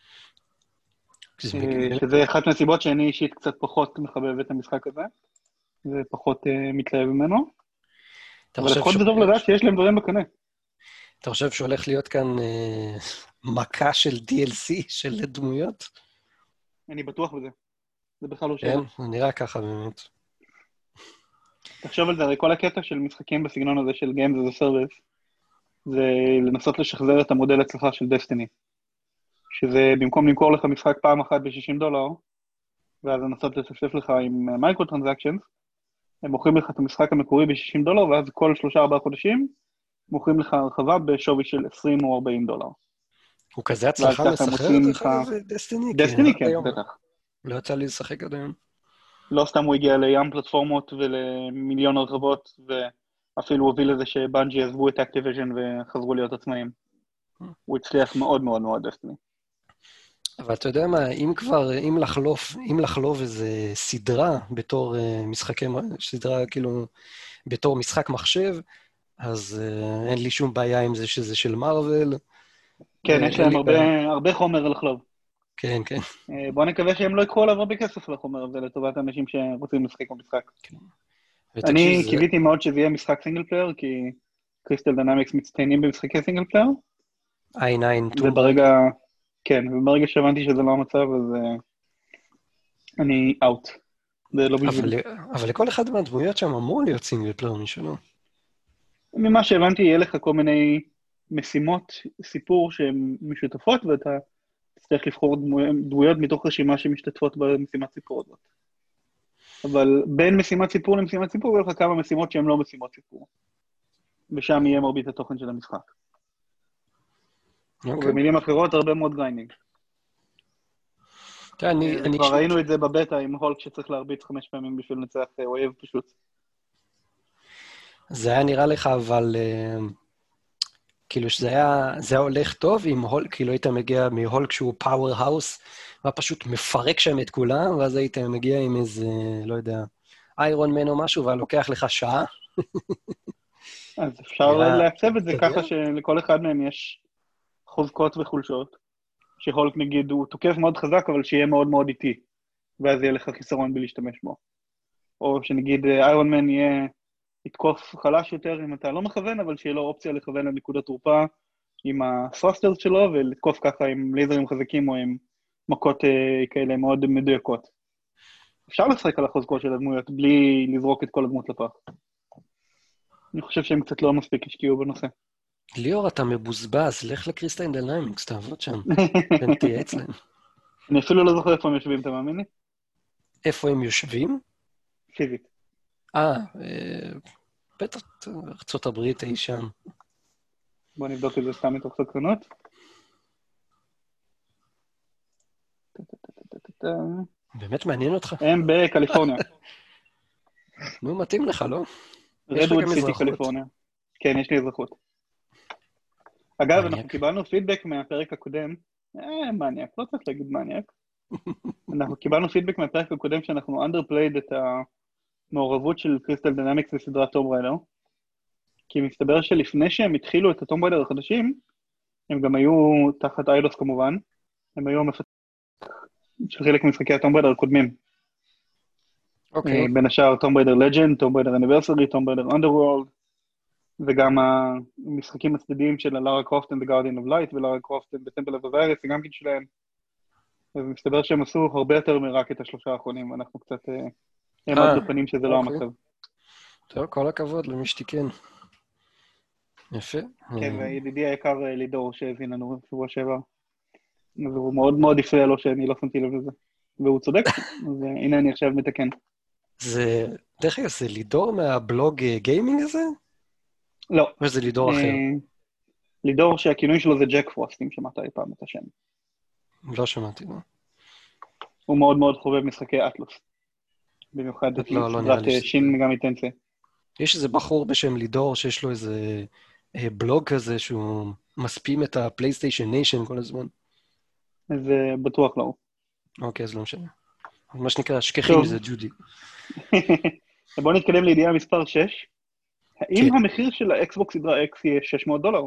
שזה אחת מהסיבות שאני אישית קצת פחות מחבב את המשחק הזה, ופחות מתלהב ממנו. אבל לפחות בטוב לדעת שיש להם דברים בקנה. אתה חושב שהולך להיות כאן מכה של DLC של דמויות? אני בטוח בזה. זה בכלל לא שאלה. כן, זה נראה ככה באמת. תחשוב על זה, הרי כל הקטע של משחקים בסגנון הזה של Games as a Service, זה לנסות לשחזר את המודל הצלחה של דסטיני. שזה במקום למכור לך משחק פעם אחת ב$60, ואז לנסות לטפטף לך עם מייקרו טרנזקשנס, הם מוכרים לך את המשחק המקורי ב$60, ואז כל 3-4 חודשים, מוכרים לך הרחבה בשווי של $20 או $40. הוא כזה הצלחה לשחרר לך דסטיני? דסטיני, כן, בטח. לא יצא לי לשחק עדיין. לא סתם הוא הגיע לים פלטפורמות ולמיליון הרחבות, ואפילו הוביל לזה שבנג'י עזבו את אקטיביז'ן וחזרו להיות עצמאים. הוא הצליח מאוד מאוד מאוד דסטיני. אבל אתה יודע מה, אם לחלוב איזה סדרה בתור סדרה כאילו, בתור משחק מחשב, אז אין לי שום בעיה עם זה שזה של מרוול. כן, יש להם הרבה חומר לחלוב. כן, כן. בוא נקווה שהם לא יקחו עליו הרבה כסף לחומר הזה, לטובת האנשים שרוצים לשחק במשחק. אני קיוויתי מאוד שזה יהיה משחק סינגל פלייר, כי קריסטל דינמיקס מצטיינים במשחקי סינגל פלייר. i9. כן, וברגע שהבנתי שזה לא המצב, אז אני אאוט. אבל לכל אחד מהדמויות שם אמור להיות סינגל פלייר משלו. ממה שהבנתי, יהיה לך כל מיני משימות, סיפור שהן משותפות, ואתה תצטרך לבחור דמויות מתוך רשימה שמשתתפות במשימת סיפור הזאת. אבל בין משימת סיפור למשימת סיפור, יהיה לך כמה משימות שהן לא משימות סיפור. ושם יהיה מרבית התוכן של המשחק. ובמילים אחרות, הרבה מאוד גריינינג. כבר ראינו את זה בבטא עם הולק שצריך להרביץ 5 פעמים בשביל לנצח אויב פשוט. זה היה נראה לך, אבל כאילו שזה היה הולך טוב עם הולק, כאילו היית מגיע מהולק שהוא פאוור האוס, והיה פשוט מפרק שם את כולם, ואז היית מגיע עם איזה, לא יודע, איירון מן או משהו, והיה לוקח לך שעה. אז אפשר לעצב את זה ככה שלכל אחד מהם יש חוזקות וחולשות, שהולק נגיד הוא תוקף מאוד חזק, אבל שיהיה מאוד מאוד איטי, ואז יהיה לך חיסרון בלהשתמש בו. או שנגיד איירון מן יתקוף חלש יותר אם אתה לא מכוון, אבל שיהיה לו אופציה לכוון לנקודת תורפה עם הסרסטרס שלו, ולתקוף ככה עם לייזרים חזקים או עם מכות כאלה מאוד מדויקות. אפשר לשחק על החוזקות של הדמויות בלי לזרוק את כל הדמות לפח. אני חושב שהם קצת לא מספיק השקיעו בנושא. ליאור, אתה מבוזבז, לך לקריסטיין דינמיקס, תעבוד שם, ותהיה אצלם. אני אפילו לא זוכר איפה הם יושבים, אתה מאמין לי? איפה הם יושבים? פיזית. בטח ארצות הברית אי שם. בוא נבדוק את זה סתם מתוך סקרנות. באמת מעניין אותך? הם בקליפורניה. נו, מתאים לך, לא? רדווד סיטי, קליפורניה. כן, יש לי אזרחות. אגב, אנחנו קיבלנו פידבק מהפרק הקודם, מניאק, לא צריך להגיד מניאק. אנחנו קיבלנו פידבק מהפרק הקודם שאנחנו underplayed את המעורבות של קריסטל דינמיקס בסדרת טום ריידר, כי מסתבר שלפני שהם התחילו את הטום ריידר החדשים, הם גם היו תחת איילוס כמובן, הם היו המפתחים של חלק ממשחקי הטום ריידר הקודמים. אוקיי. בין השאר טום ריידר לג'נד, טום ריידר אניברסרי, טום ריידר אנדרוורלד, וגם המשחקים הצדדיים של לארה קרופט and the Guardian of Light ולארה קרופט and the Temple of Osiris, זה גם כן שלהם. אז מסתבר שהם עשו הרבה יותר מרק את השלושה האחרונים, ואנחנו קצת העמד בפנים שזה לא המצב. טוב, כל הכבוד למי שתיקן. יפה. כן, וידידי היקר לידור שהזין לנו שבוע שעבר. אז הוא מאוד מאוד הפריע לו שאני לא שמתי לב לזה. והוא צודק, אז הנה אני עכשיו מתקן. זה, דרך אגב, זה לידור מהבלוג גיימינג הזה? לא. או שזה לידור אחר? לידור שהכינוי שלו זה ג'ק פרוסט, אם שמעת אי פעם את השם. לא שמעתי, לא. הוא מאוד מאוד חובב משחקי אטלוס. במיוחד את סדרת שין מגמי טנסי. יש איזה בחור בשם לידור שיש לו איזה בלוג כזה שהוא מספים את הפלייסטיישן ניישן כל הזמן. אז בטוח לא. אוקיי, אז לא משנה. מה שנקרא, שכחים זה ג'ודי. בואו נתקדם לידיעה מספר 6. האם המחיר של האקסבוקס סדרה X יהיה $600?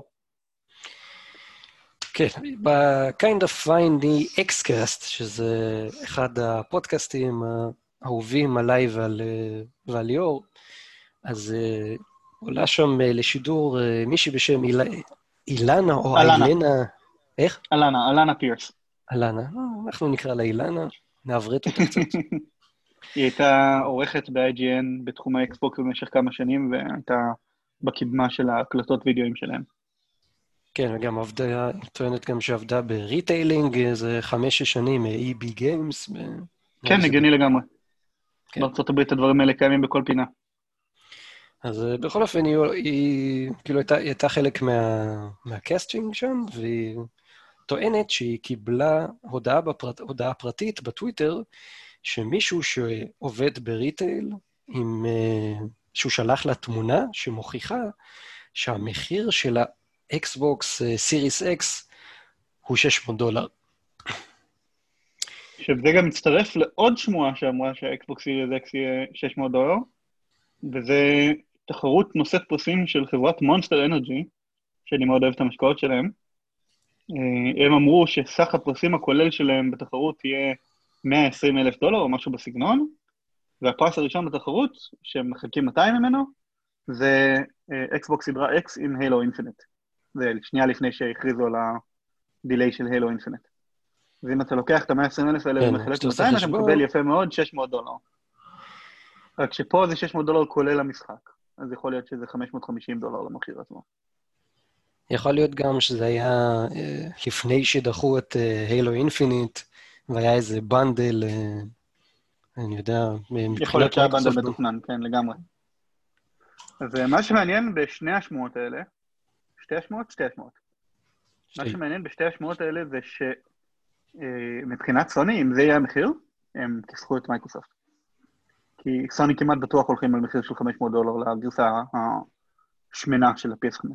כן, ב-Kind of Findy Xcast, שזה אחד הפודקאסטים האהובים עליי ועל ליאור, אז עולה שם לשידור מישהי בשם אילנה או אילנה. איך? אלנה פירס. אלנה, אנחנו נקרא לה אילנה, נעברת אותה קצת. היא הייתה עורכת ב-IGN בתחום האקסבוקס במשך כמה שנים, והייתה בקדמה של ההקלטות וידאוים שלהם. כן, וגם עבדה, טוענת גם שעבדה בריטיילינג, איזה 5 שנים, EB Games. כן, הגיוני לגמרי. בארצות הברית הדברים האלה קיימים בכל פינה. אז בכל אופן, היא כאילו הייתה חלק מהקסטינג שם, והיא טוענת שהיא קיבלה הודעה פרטית בטוויטר, שמישהו שעובד בריטייל, שהוא שלח לה תמונה שמוכיחה שהמחיר של האקסבוקס סיריס אקס הוא $600. עכשיו זה גם מצטרף לעוד שמועה שאמרה שהאקסבוקס סיריס אקס יהיה $600, וזה תחרות נושאת פרסים של חברת מונסטר אנרג'י, שאני מאוד אוהב את המשקעות שלהם. הם אמרו שסך הפרסים הכולל שלהם בתחרות יהיה $120,000 או משהו בסגנון, והפרס הראשון בתחרות, שהם מחלקים 200 ממנו, זה אקסבוקס סדרה X עם הילו אינפיניט. זה שנייה לפני שהכריזו על הדיליי של הילו אינפיניט. ואם אתה לוקח את ה-120,000 האלה ומחלק 200, אתה מקבל יפה מאוד $600. רק שפה זה $600 כולל המשחק, אז יכול להיות שזה $550 למחיר עצמו. יכול להיות גם שזה היה לפני שדחו את הילו אינפיניט, והיה איזה בנדל, אני יודע, יכול להיות שהיה בנדל מתוכנן, כן, לגמרי. אז מה שמעניין בשני השמועות האלה, שתי השמועות? מה שמעניין בשתי השמועות האלה זה שמבחינת סוני, אם זה יהיה המחיר, הם כיסחו את מייקרוסופט. כי סוני כמעט בטוח הולכים על מחיר של $500 לגרסה השמנה של ה-PS5.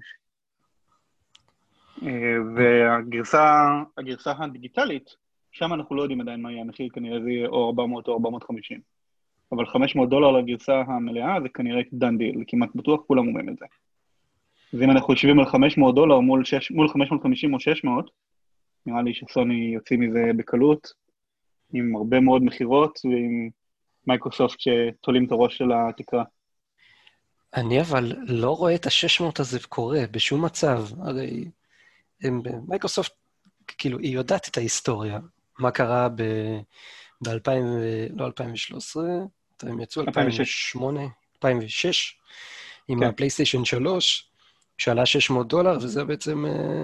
והגרסה הדיגיטלית, שם אנחנו לא יודעים עדיין מה יהיה המחיר, כנראה זה יהיה או 400 או 450. אבל $500 לגרסה המלאה זה כנראה דן דיל, כמעט בטוח כולם אומרים את זה. אז אם אנחנו יושבים על $500 מול 550 או 600, נראה לי שסוני יוצאים מזה בקלות, עם הרבה מאוד מחירות, ועם מייקרוסופט שתולים את הראש של התקרה. אני אבל לא רואה את ה-600 הזה קורה בשום מצב. הרי מייקרוסופט, כאילו, היא יודעת את ההיסטוריה. מה קרה ב-2000, לא 2013, הם יצאו 2006. 2008, 2006, עם כן. הפלייסטיישן 3, שעלה $600, וזה בעצם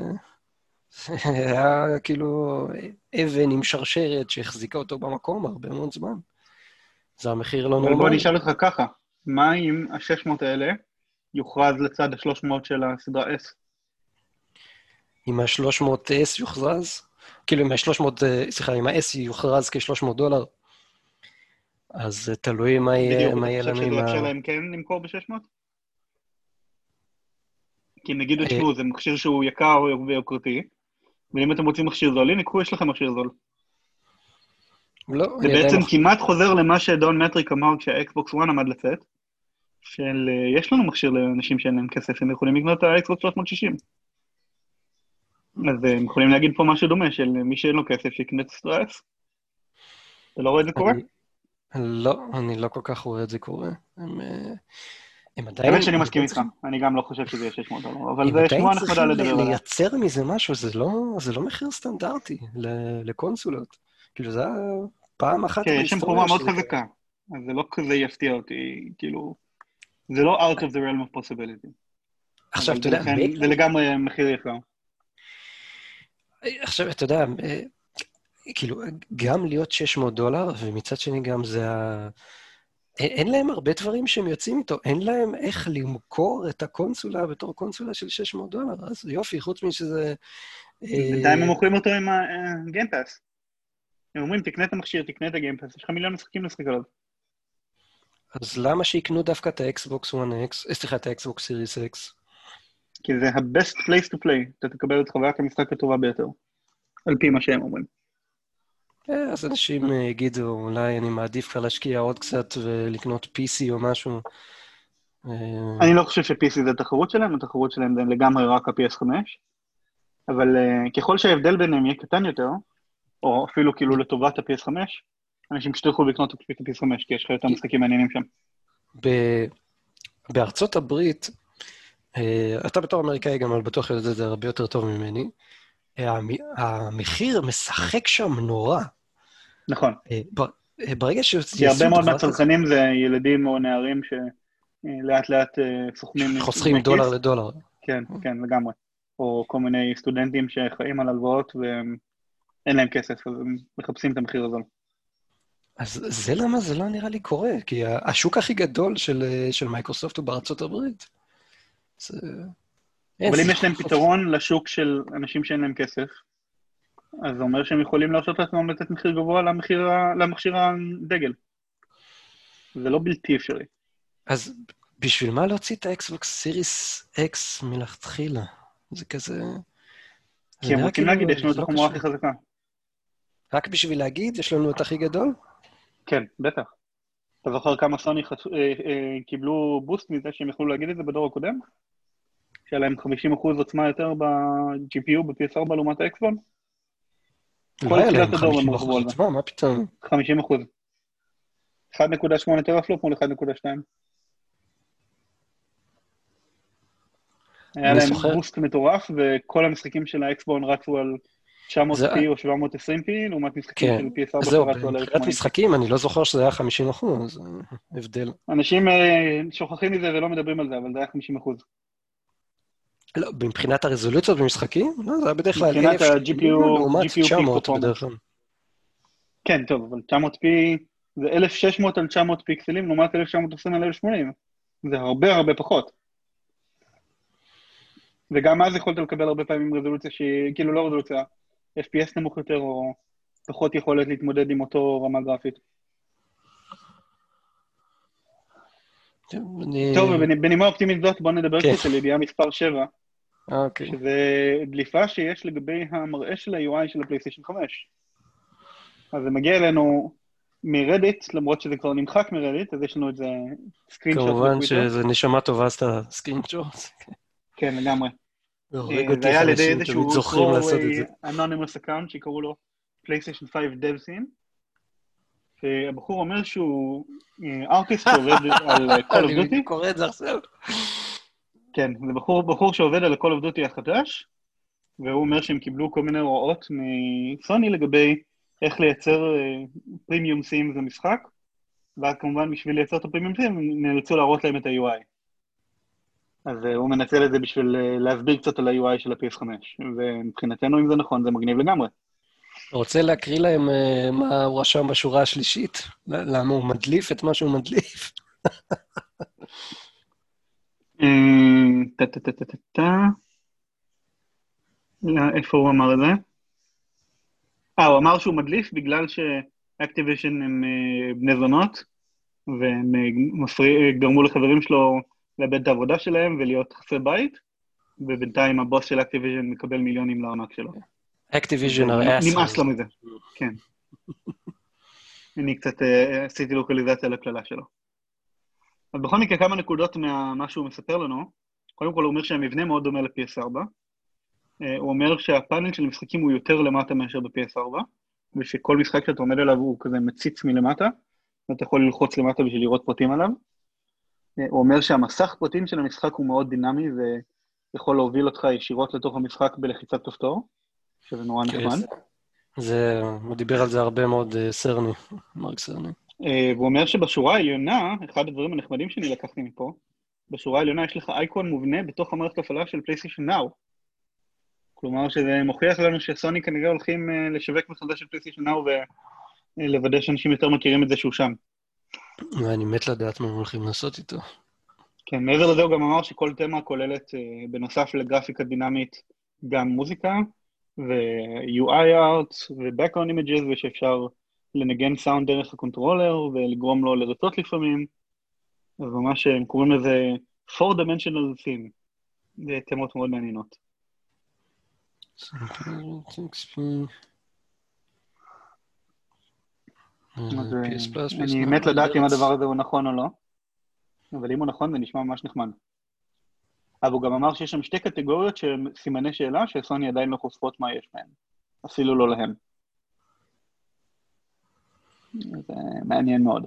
היה כאילו אבן עם שרשרת שהחזיקה אותו במקום הרבה מאוד זמן. זה המחיר לא אבל בוא נורמלי. נשאל אותך ככה, מה אם ה-600 האלה יוכרז לצד ה-300 של הסדרה S? אם ה-300S יוכרז, כאילו אם ה-300, סליחה, אם ה-S יוכרז כ$300, אז זה תלוי מה בדיוק, אתה יהיה חושב לנו שזה עם יאפשר להם כן למכור ב-600? כי אם נגיד, תשמעו, זה מכשיר שהוא יקר ויוקרתי, ואם אתם רוצים מכשיר זול, הנה, קחו, יש לכם מכשיר זול. לא, זה אני עדיין בעצם מחזיק. כמעט חוזר למה שדון מטריק אמר כשהאקסבוקס 1 עמד לצאת, של יש לנו מכשיר לאנשים שאין להם כסף, הם יכולים לקנות את האקסבוקס 360. אז הם יכולים להגיד פה משהו דומה, של מי שאין לו כסף שיקנה את סטרס. אתה לא רואה את זה קורה? לא, אני לא כל כך רואה את זה קורה. הם עדיין, האמת שאני הם מסכים עדיין איתך, צריכים, אני גם לא חושב שזה יהיה $600, אבל הם זה עדיין שמועה נחמדה צריכים לדבר עליה. לייצר מזה משהו, זה לא מחיר סטנדרטי לקונסולות. כאילו זה היה פעם אחת כן, יש שם חומה בהיסטוריה מאוד שזה קרה. חזקה, אז זה לא כזה יפתיע אותי, כאילו, זה לא out of the realm of possibility, עכשיו, אבל אתה זה יודע, לכן, זה מילא, לגמרי מחיר יקר. עכשיו, אתה יודע, כאילו, גם להיות $600, ומצד שני גם זה אין להם הרבה דברים שהם יוצאים איתו, אין להם איך למכור את הקונסולה בתור קונסולה של $600, אז יופי, חוץ משזה... בינתיים הם מוכרים אותו עם הגיימפאס. הם אומרים, תקנה את המכשיר, תקנה את הגיימפאס, יש לך מיליון משחקים לשחק עליו. אז למה שיקנו דווקא את האקסבוקס 1X, סליחה, את האקסבוקס סיריס X? כי זה ה-best place to play, אתה תקבל את חוויית המשחק הטובה ביותר, על פי מה שהם אומרים. אז אנשים יגידו, אולי אני מעדיף כבר להשקיע עוד קצת ולקנות PC או משהו. אני לא חושב ש-PC זה התחרות שלהם, התחרות שלהם זה לגמרי רק ה-PS5, אבל ככל שההבדל ביניהם יהיה קטן יותר, או אפילו כאילו לטובת ה-PS5, אנשים פשוט יוכלו לקנות את ה-PS5, כי יש לך יותר משחקים מעניינים שם. בארצות הברית, אתה בתור אמריקאי גם בטוח יודע את זה הרבה יותר טוב ממני, המחיר משחק שם נורא. נכון. ברגע כי שיעשו הרבה מאוד דבר כזה, מהצרכנים זה ילדים או נערים שלאט לאט סוכמים חוסכים דמי דולר כיס. לדולר. כן, כן, לגמרי. או כל מיני סטודנטים שחיים על הלוואות ואין להם כסף, אז הם מחפשים את המחיר הזה. אז זה למה זה לא נראה לי קורה, כי השוק הכי גדול של מייקרוסופט הוא בארצות הברית. אבל אם יש להם פתרון לשוק של אנשים שאין להם כסף, אז זה אומר שהם יכולים להרשות לעצמם לתת מחיר גבוה למכשיר הדגל. זה לא בלתי אפשרי. אז בשביל מה להוציא את האקסבוקס סיריס אקס מלכתחילה? זה כזה... כי הם רוצים להגיד, יש לנו את החומרה הכי חזקה. רק בשביל להגיד, יש לנו את הכי גדול? כן, בטח. אתה זוכר כמה סוני קיבלו בוסט מזה שהם יכלו להגיד את זה בדור הקודם? שהיה להם 50% עוצמה יותר ב-GPU, ב-PS4 לעומת האקסבון? לא היה להם 50% עוצמה, מה פתאום? 50%. 1.8 טרפלופ מול 1.2. היה להם בוסט מטורף, וכל המשחקים של האקסבון רצו על 900p או 720p, לעומת משחקים של PS4 שרצו על 1080p. מבחינת משחקים, אני לא זוכר שזה היה 50%, זה הבדל. אנשים שוכחים מזה ולא מדברים על זה, אבל זה היה 50%. לא, מבחינת הרזולוציות במשחקים? לא, זה היה בדרך כלל 1000 מבחינת ה-GPU, לעומת 900 בדרך כלל. כן, טוב, אבל 900p זה 1600 על 900 פיקסלים, לעומת 1920 על 1080. זה הרבה הרבה פחות. וגם אז יכולת לקבל הרבה פעמים רזולוציה שהיא, כאילו לא רזולוציה, FPS נמוך יותר, או פחות יכולת להתמודד עם אותו רמה גרפית. טוב, ובנימה אופטימית זאת, בואו נדבר קצת על ידיעה מספר 7, שזה דליפה שיש לגבי המראה של ה-UI של הפלייסטיישן 5. אז זה מגיע אלינו מרדיט, למרות שזה כבר נמחק מרדיט, אז יש לנו את זה סקרינשוט בטוויטר. כמובן שזה נשמה טובה עשתה סקרינשוט. כן, לגמרי. זה היה על ידי איזשהו anonymous account שקראו לו PlayStation 5 DevScene, והבחור אומר שהוא ארטיסט שעובד על Call of Duty. אני קורא את זה עכשיו. כן, זה בחור שעובד על Call of Duty החדש, והוא אומר שהם קיבלו כל מיני הוראות מסוני לגבי איך לייצר פרימיום סים למשחק, ואז כמובן בשביל לייצר את הפרימיום סים, הם נאלצו להראות להם את ה-UI. אז הוא מנצל את זה בשביל להסביר קצת על ה-UI של ה-PS5, ומבחינתנו, אם זה נכון, זה מגניב לגמרי. אתה רוצה להקריא להם מה הוא רשם בשורה השלישית? למה הוא מדליף את מה שהוא מדליף? איפה הוא אמר את זה? הוא אמר שהוא מדליף בגלל שאקטיביז'ן הם בני זונות, והם גרמו לחברים שלו לאבד את העבודה שלהם ולהיות חסרי בית, ובינתיים הבוס של אקטיביז'ן מקבל מיליונים לענק שלו. אקטיביז'ן are assholes. נמאס לו מזה, כן. אני קצת עשיתי לוקליזציה לכללה שלו. אז בכל מקרה כמה נקודות מה שהוא מספר לנו. קודם כל הוא אומר שהמבנה מאוד דומה ל-PS4. הוא אומר שהפאנל של המשחקים הוא יותר למטה מאשר ב-PS4, ושכל משחק שאתה עומד עליו הוא כזה מציץ מלמטה, ואתה יכול ללחוץ למטה בשביל לראות פרטים עליו. הוא אומר שהמסך פרטים של המשחק הוא מאוד דינמי, ויכול להוביל אותך ישירות לתוך המשחק בלחיצת כפתור, שזה נורא נחמד. הוא דיבר על זה הרבה מאוד סרני, מרק סרני. והוא אומר שבשורה העליונה, אחד הדברים הנחמדים שאני לקחתי מפה, בשורה העליונה יש לך אייקון מובנה בתוך המערכת הפעלה של PlayStation Now. כלומר שזה מוכיח לנו שסוני כנראה הולכים לשווק מחדש של PlayStation Now ולוודא שאנשים יותר מכירים את זה שהוא שם. ואני מת לדעת מה הם הולכים לעשות איתו. כן, מעבר לזה הוא גם אמר שכל תמה כוללת בנוסף לגרפיקה דינמית גם מוזיקה ו-UI art ו-background images ושאפשר לנגן סאונד דרך הקונטרולר ולגרום לו לרצות לפעמים. אז ממש הם קוראים לזה 4-dimensional theme. זה תמות מאוד מעניינות. אני מת לדעת אם הדבר הזה הוא נכון או לא, אבל אם הוא נכון זה נשמע ממש נחמד. אבל הוא גם אמר שיש שם שתי קטגוריות של סימני שאלה שסוני עדיין לא חושפות מה יש בהן, אפילו לא להם. זה מעניין מאוד.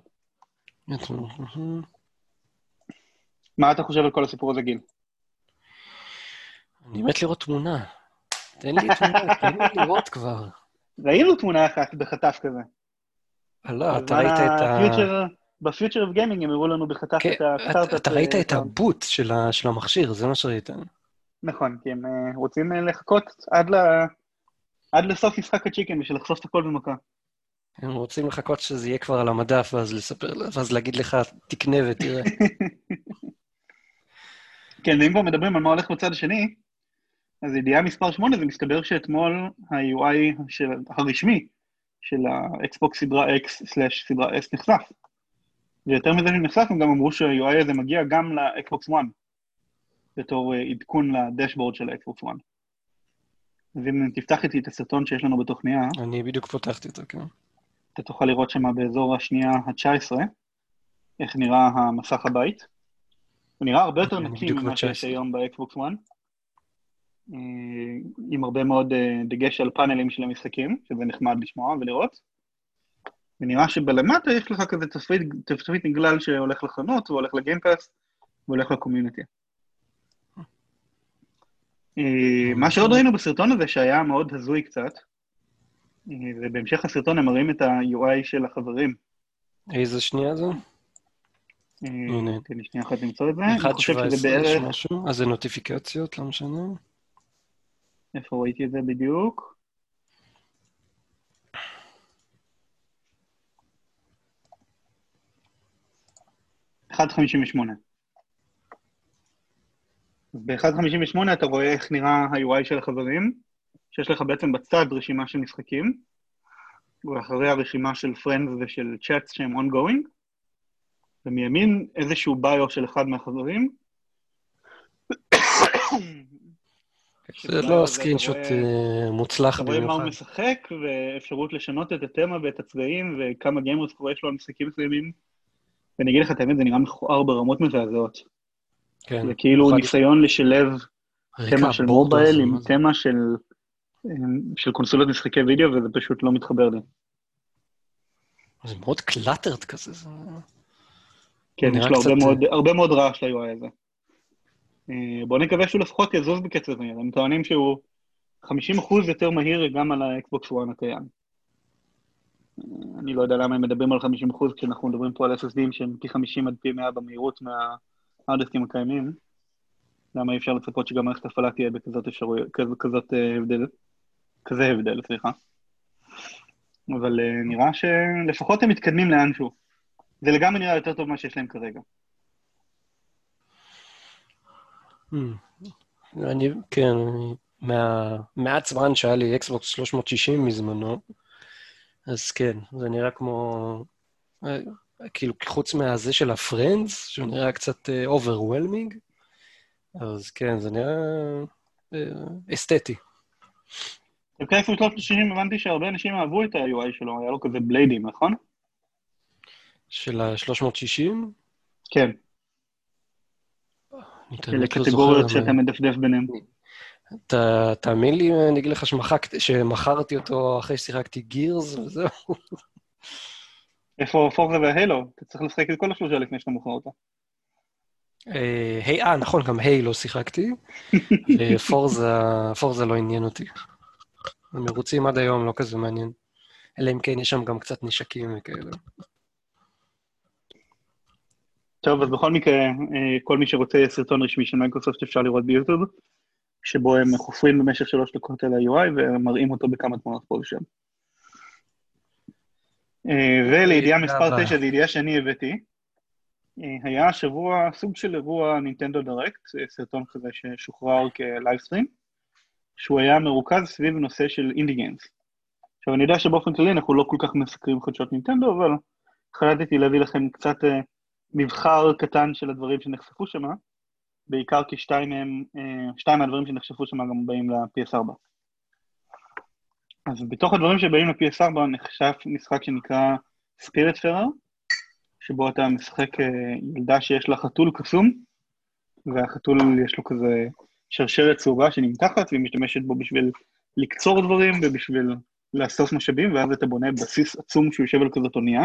מה אתה חושב על כל הסיפור הזה, גיל? אני מת לראות תמונה. תן לי תמונה, תן לי לראות כבר. ראינו תמונה אחת בחטף כזה. לא, אתה ראית את ה... בפיוטר אוף גיימינג הם הראו לנו בחטף את הסטארט-אפ. אתה ראית את הבוט של המכשיר, זה מה שראית. נכון, כי הם רוצים לחכות עד לסוף משחק הצ'יקן בשביל לחשוף את הכל במכה. הם רוצים לחכות שזה יהיה כבר על המדף, ואז להגיד לך, תקנה ותראה. כן, ואם כבר מדברים על מה הולך בצד השני, אז ידיעה מספר 8, זה מסתבר שאתמול ה-UI הרשמי של האקסבוקס סדרה X/סדרה S נחשף. ויותר מזה שנחשף, הם גם אמרו שה-UI הזה מגיע גם לאקסבוקס 1, בתור עדכון לדשבורד של האקסבוקס 1. אז אם תפתח איתי את הסרטון שיש לנו בתוכניה, אני בדיוק פותחתי אותו, כן. אתה תוכל לראות שמה באזור השנייה ה-19, איך נראה המסך הבית. הוא נראה הרבה יותר נקי ממה שיש היום באקסבוקס 1, עם הרבה מאוד דגש על פאנלים של המשחקים, שזה נחמד לשמוע ולראות. ונראה שבלמטה יש לך כזה תפריט נגלל שהולך לחנות, והולך לגיימפאס, והולך לקומיוניטי. מה שעוד ראינו בסרטון הזה, שהיה מאוד הזוי קצת, ובהמשך הסרטון הם מראים את ה-UI של החברים. איזה שנייה זו? תן לי שנייה אחת למצוא את זה. 1.17 יש משהו? אז זה נוטיפיקציות, לא משנה. איפה ראיתי את זה בדיוק? ב-1.58. ב-1.58 אתה רואה איך נראה ה-UI של החברים, שיש לך בעצם בצד רשימה של משחקים, ואחרי הרשימה של friends ושל chats שהם ongoing, ומימין איזשהו ביו של אחד מהחברים. זה לא סקרינשוט מוצלח במיוחד. אתה רואה מה הוא משחק, ואפשרות לשנות את התמה ואת הצבעים, וכמה גיימרס קורה יש לו על משחקים מסוימים. ואני אגיד לך את האמת, זה נראה מכוער ברמות מזעזעות. זה כאילו ניסיון לשלב תמה של מובייל עם תמה של קונסולות משחקי וידאו, וזה פשוט לא מתחבר לי. זה מאוד קלאטרד כזה. כן, יש לו הרבה מאוד רעש ל-UI הזה. בואו נקווה שהוא לפחות יזוז בקצב מהיר. הם טוענים שהוא 50% יותר מהיר גם על האקסבוקס 1 הקיים. אני לא יודע למה הם מדברים על 50%, כשאנחנו מדברים פה על SSDים שהם פי 50 עד פי 100 במהירות מההרדסקים הקיימים. למה אי אפשר לצפות שגם מערכת הפעלה תהיה בכזאת אפשרויות, כזה הבדל, סליחה. אבל נראה שלפחות הם מתקדמים לאנשהו. זה לגמרי נראה יותר טוב מה שיש להם כרגע. כן, מהמעט זמן שהיה לי אקסבוקס 360 מזמנו, אז כן, זה נראה כמו, כאילו חוץ מהזה של הפרנדס, שהוא נראה קצת overwhelming, אז כן, זה נראה אסתטי. בקייפו 360 הבנתי שהרבה אנשים אהבו את ה-UI שלו, היה לו כזה בליידים, נכון? של ה-360? כן. אלה קטגוריות שאתה מדפדף ביניהם. תאמין לי, אני אגיד לך שמכרתי אותו אחרי ששיחקתי גירס וזהו. איפה פורזה וההילו? אתה צריך לשחק את כל השלושה לפני שאתה מוכר אותה. נכון, גם היי לא שיחקתי, ופורזה לא עניין אותי. המרוצים עד היום לא כזה מעניין. אלא אם כן יש שם גם קצת נשקים וכאלה. טוב, אז בכל מקרה, כל מי שרוצה סרטון רשמי של מייקרוסופט אפשר לראות ביוטיוב, שבו הם חופרים במשך 3 דקות על ה-UI ומראים אותו בכמה תמונות פה ושם. ולידיעה מספר 9, זו ידיעה שאני הבאתי, היה השבוע סוג של אירוע נינטנדו דירקט, סרטון כזה ששוחרר כלייבסטרים, שהוא היה מרוכז סביב נושא של אינדי גיימס. עכשיו, אני יודע שבאופן כללי אנחנו לא כל כך מסקרים חדשות נינטנדו, אבל החלטתי להביא לכם קצת מבחר קטן של הדברים שנחשפו שם, בעיקר כי שתיים מהדברים שנחשפו שם גם באים ל-PS4. אז בתוך הדברים שבאים ל-PS4 נחשף משחק שנקרא Spiritfarer, שבו אתה משחק ילדה שיש לה חתול קסום, והחתול יש לו כזה שרשרת צהובה שנמתחת, והיא משתמשת בו בשביל לקצור דברים ובשביל לאסוף משאבים, ואז אתה בונה בסיס עצום שהוא יושב על כזאת אונייה,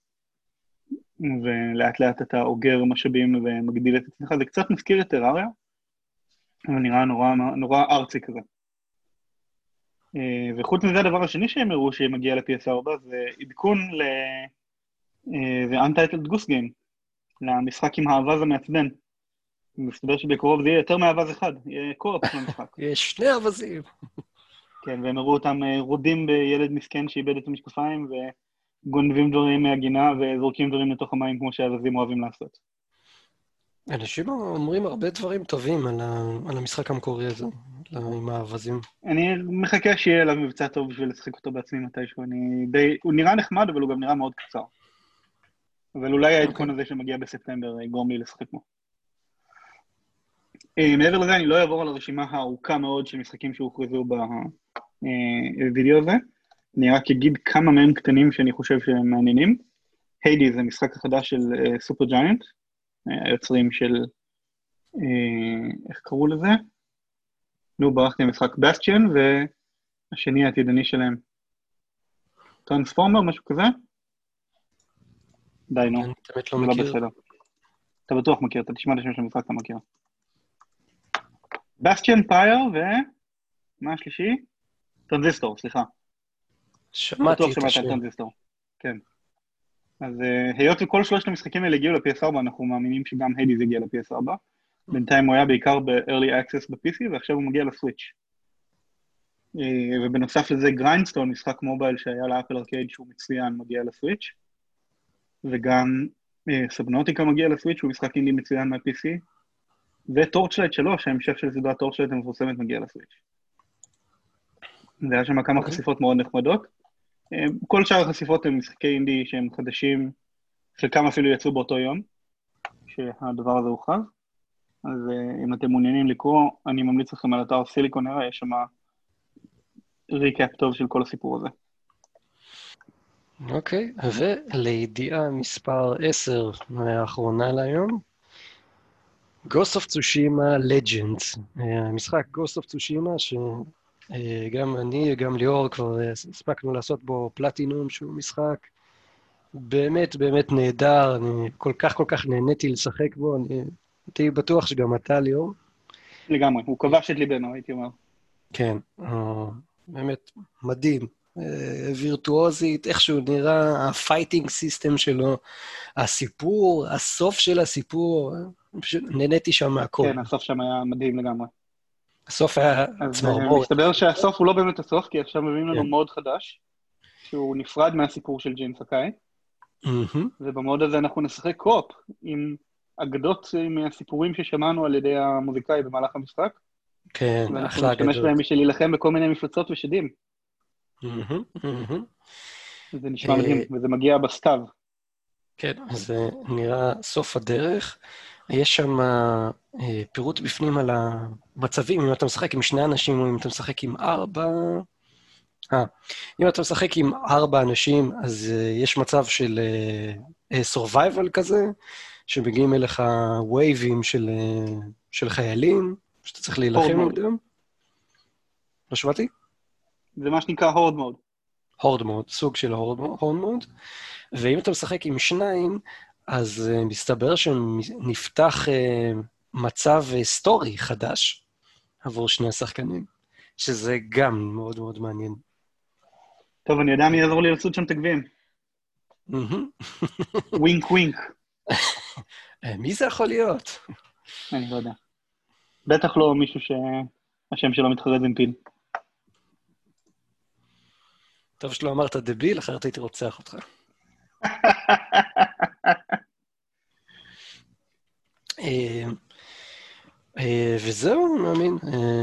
ולאט לאט אתה אוגר משאבים ומגדיל את עצמך, זה קצת מזכיר את טרריה, אבל נראה נורא ארצי כזה. וחוץ מזה הדבר השני שהם הראו שמגיע ל-PS4, זה עדכון זה Untitled Goose Game, למשחק עם האבז המעצבן. מסתבר שבקרוב זה יהיה יותר מאבז אחד, יהיה קו-אופ של המשחק. יש 2 אבזים. כן, והם הראו אותם רודים בילד מסכן שאיבד את המשקפיים, וגונבים דברים מהגינה וזורקים דברים לתוך המים כמו שהאבזים אוהבים לעשות. אנשים אומרים הרבה דברים טובים על המשחק המקורי הזה, עם האבזים. אני מחכה שיהיה עליו מבצע טוב בשביל לשחק אותו בעצמי מתישהו. הוא נראה נחמד, אבל הוא גם נראה מאוד קצר. אבל אולי העדכון הזה שמגיע בספטמבר יגרום לי לשחק בו. מעבר לזה, אני לא אעבור על הרשימה הארוכה מאוד של משחקים שהוכרזו בווידאו הזה. אני רק אגיד כמה מהם קטנים שאני חושב שהם מעניינים. היידי זה משחק החדש של סופר ג'יינט, היוצרים של, איך קראו לזה? ברחתי משחק בסטיאן, והשני העתידני שלהם. טרנספורמר, משהו כזה? די, נו. אני באמת לא מכיר. אתה בטוח מכיר, אתה תשמע את השם של המשחק, אתה מכיר. בסטיאן פייר מה השלישי? טרנזיסטור, סליחה. שמעתי את השם. טרנזיסטור. כן. אז היות וכל 3 המשחקים האלה הגיעו ל-PS4, אנחנו מאמינים שגם היידיז הגיע ל-PS4. בינתיים הוא היה בעיקר ב-Early Access ב-PC, ועכשיו הוא מגיע לסוויץ'. ובנוסף לזה גריינדסטון, משחק מובייל שהיה לאפל ארקייד שהוא מצוין, מגיע לסוויץ'. וגם סבנוטיקה מגיע לסוויץ', הוא משחק אינדי מצוין מה-PC. וטורצ'לייט 3, ההמשך של סדרת טורצ'לייט המפורסמת, מגיע לסוויץ'. והיה שם כמה חשיפות מאוד נחמדות. כל שאר החשיפות הם משחקי אינדי שהם חדשים, חלקם אפילו יצאו באותו יום, שהדבר הזה הוכרז. אז אם אתם מעוניינים לקרוא, אני ממליץ לכם על אתר סיליקונרה, יש שם ריקאפ טוב של כל הסיפור הזה. אוקיי, ולידיעה מספר 10 מהאחרונה להיום, Ghost of Tsushima Legends, המשחק Ghost of Tsushima, שגם אני, גם ליאור כבר הספקנו לעשות בו פלטינום, שהוא משחק באמת באמת נהדר, אני כל כך נהניתי לשחק בו, אני הייתי בטוח שגם אתה ליאור. לגמרי, הוא כבש את ליבנו, הייתי אומר. כן, באמת מדהים, וירטואוזית, איך שהוא נראה, הפייטינג סיסטם שלו, הסיפור, הסוף של הסיפור, פשוט נהניתי שם מהכל. כן, הסוף שם היה מדהים לגמרי. הסוף היה אז צמרמורת. מסתבר שהסוף הוא לא באמת הסוף, כי עכשיו מביאים לנו כן. מוד חדש, שהוא נפרד מהסיפור של ג'ין סקאי, ובמוד הזה אנחנו נשחק קו-אופ עם אגדות מהסיפורים ששמענו על ידי המוזיקאי במהלך המשחק, כן, ואנחנו אחלה נשתמש אגדות. בהם בשביל להילחם בכל מיני מפלצות ושדים. זה נשמע מדהים, וזה מגיע בסתיו. כן, זה נראה סוף הדרך. יש שם פירוט בפנים על המצבים, אם אתה משחק עם 2 אנשים או אם אתה משחק עם 4. אם אתה משחק עם 4 אנשים, אז יש מצב של survival כזה, שמגיעים אליך וייבים של חיילים, שאתה צריך להילחם נגדם. לא שמעתי? זה מה שנקרא הורד מוד. הורד מוד, סוג של הורד מוד. ואם אתה משחק עם 2, אז מסתבר שנפתח מצב היסטורי חדש עבור 2 השחקנים, שזה גם מאוד מאוד מעניין. טוב, אני יודע מי יעזור לי לצוד שם את הגביעים. ווינק ווינק. מי זה יכול להיות? אני לא יודע. בטח לא מישהו שהשם שלו מתחרז עם פיל. טוב שלא אמרת דביל, אחרת הייתי רוצח אותך. וזהו, אני מאמין.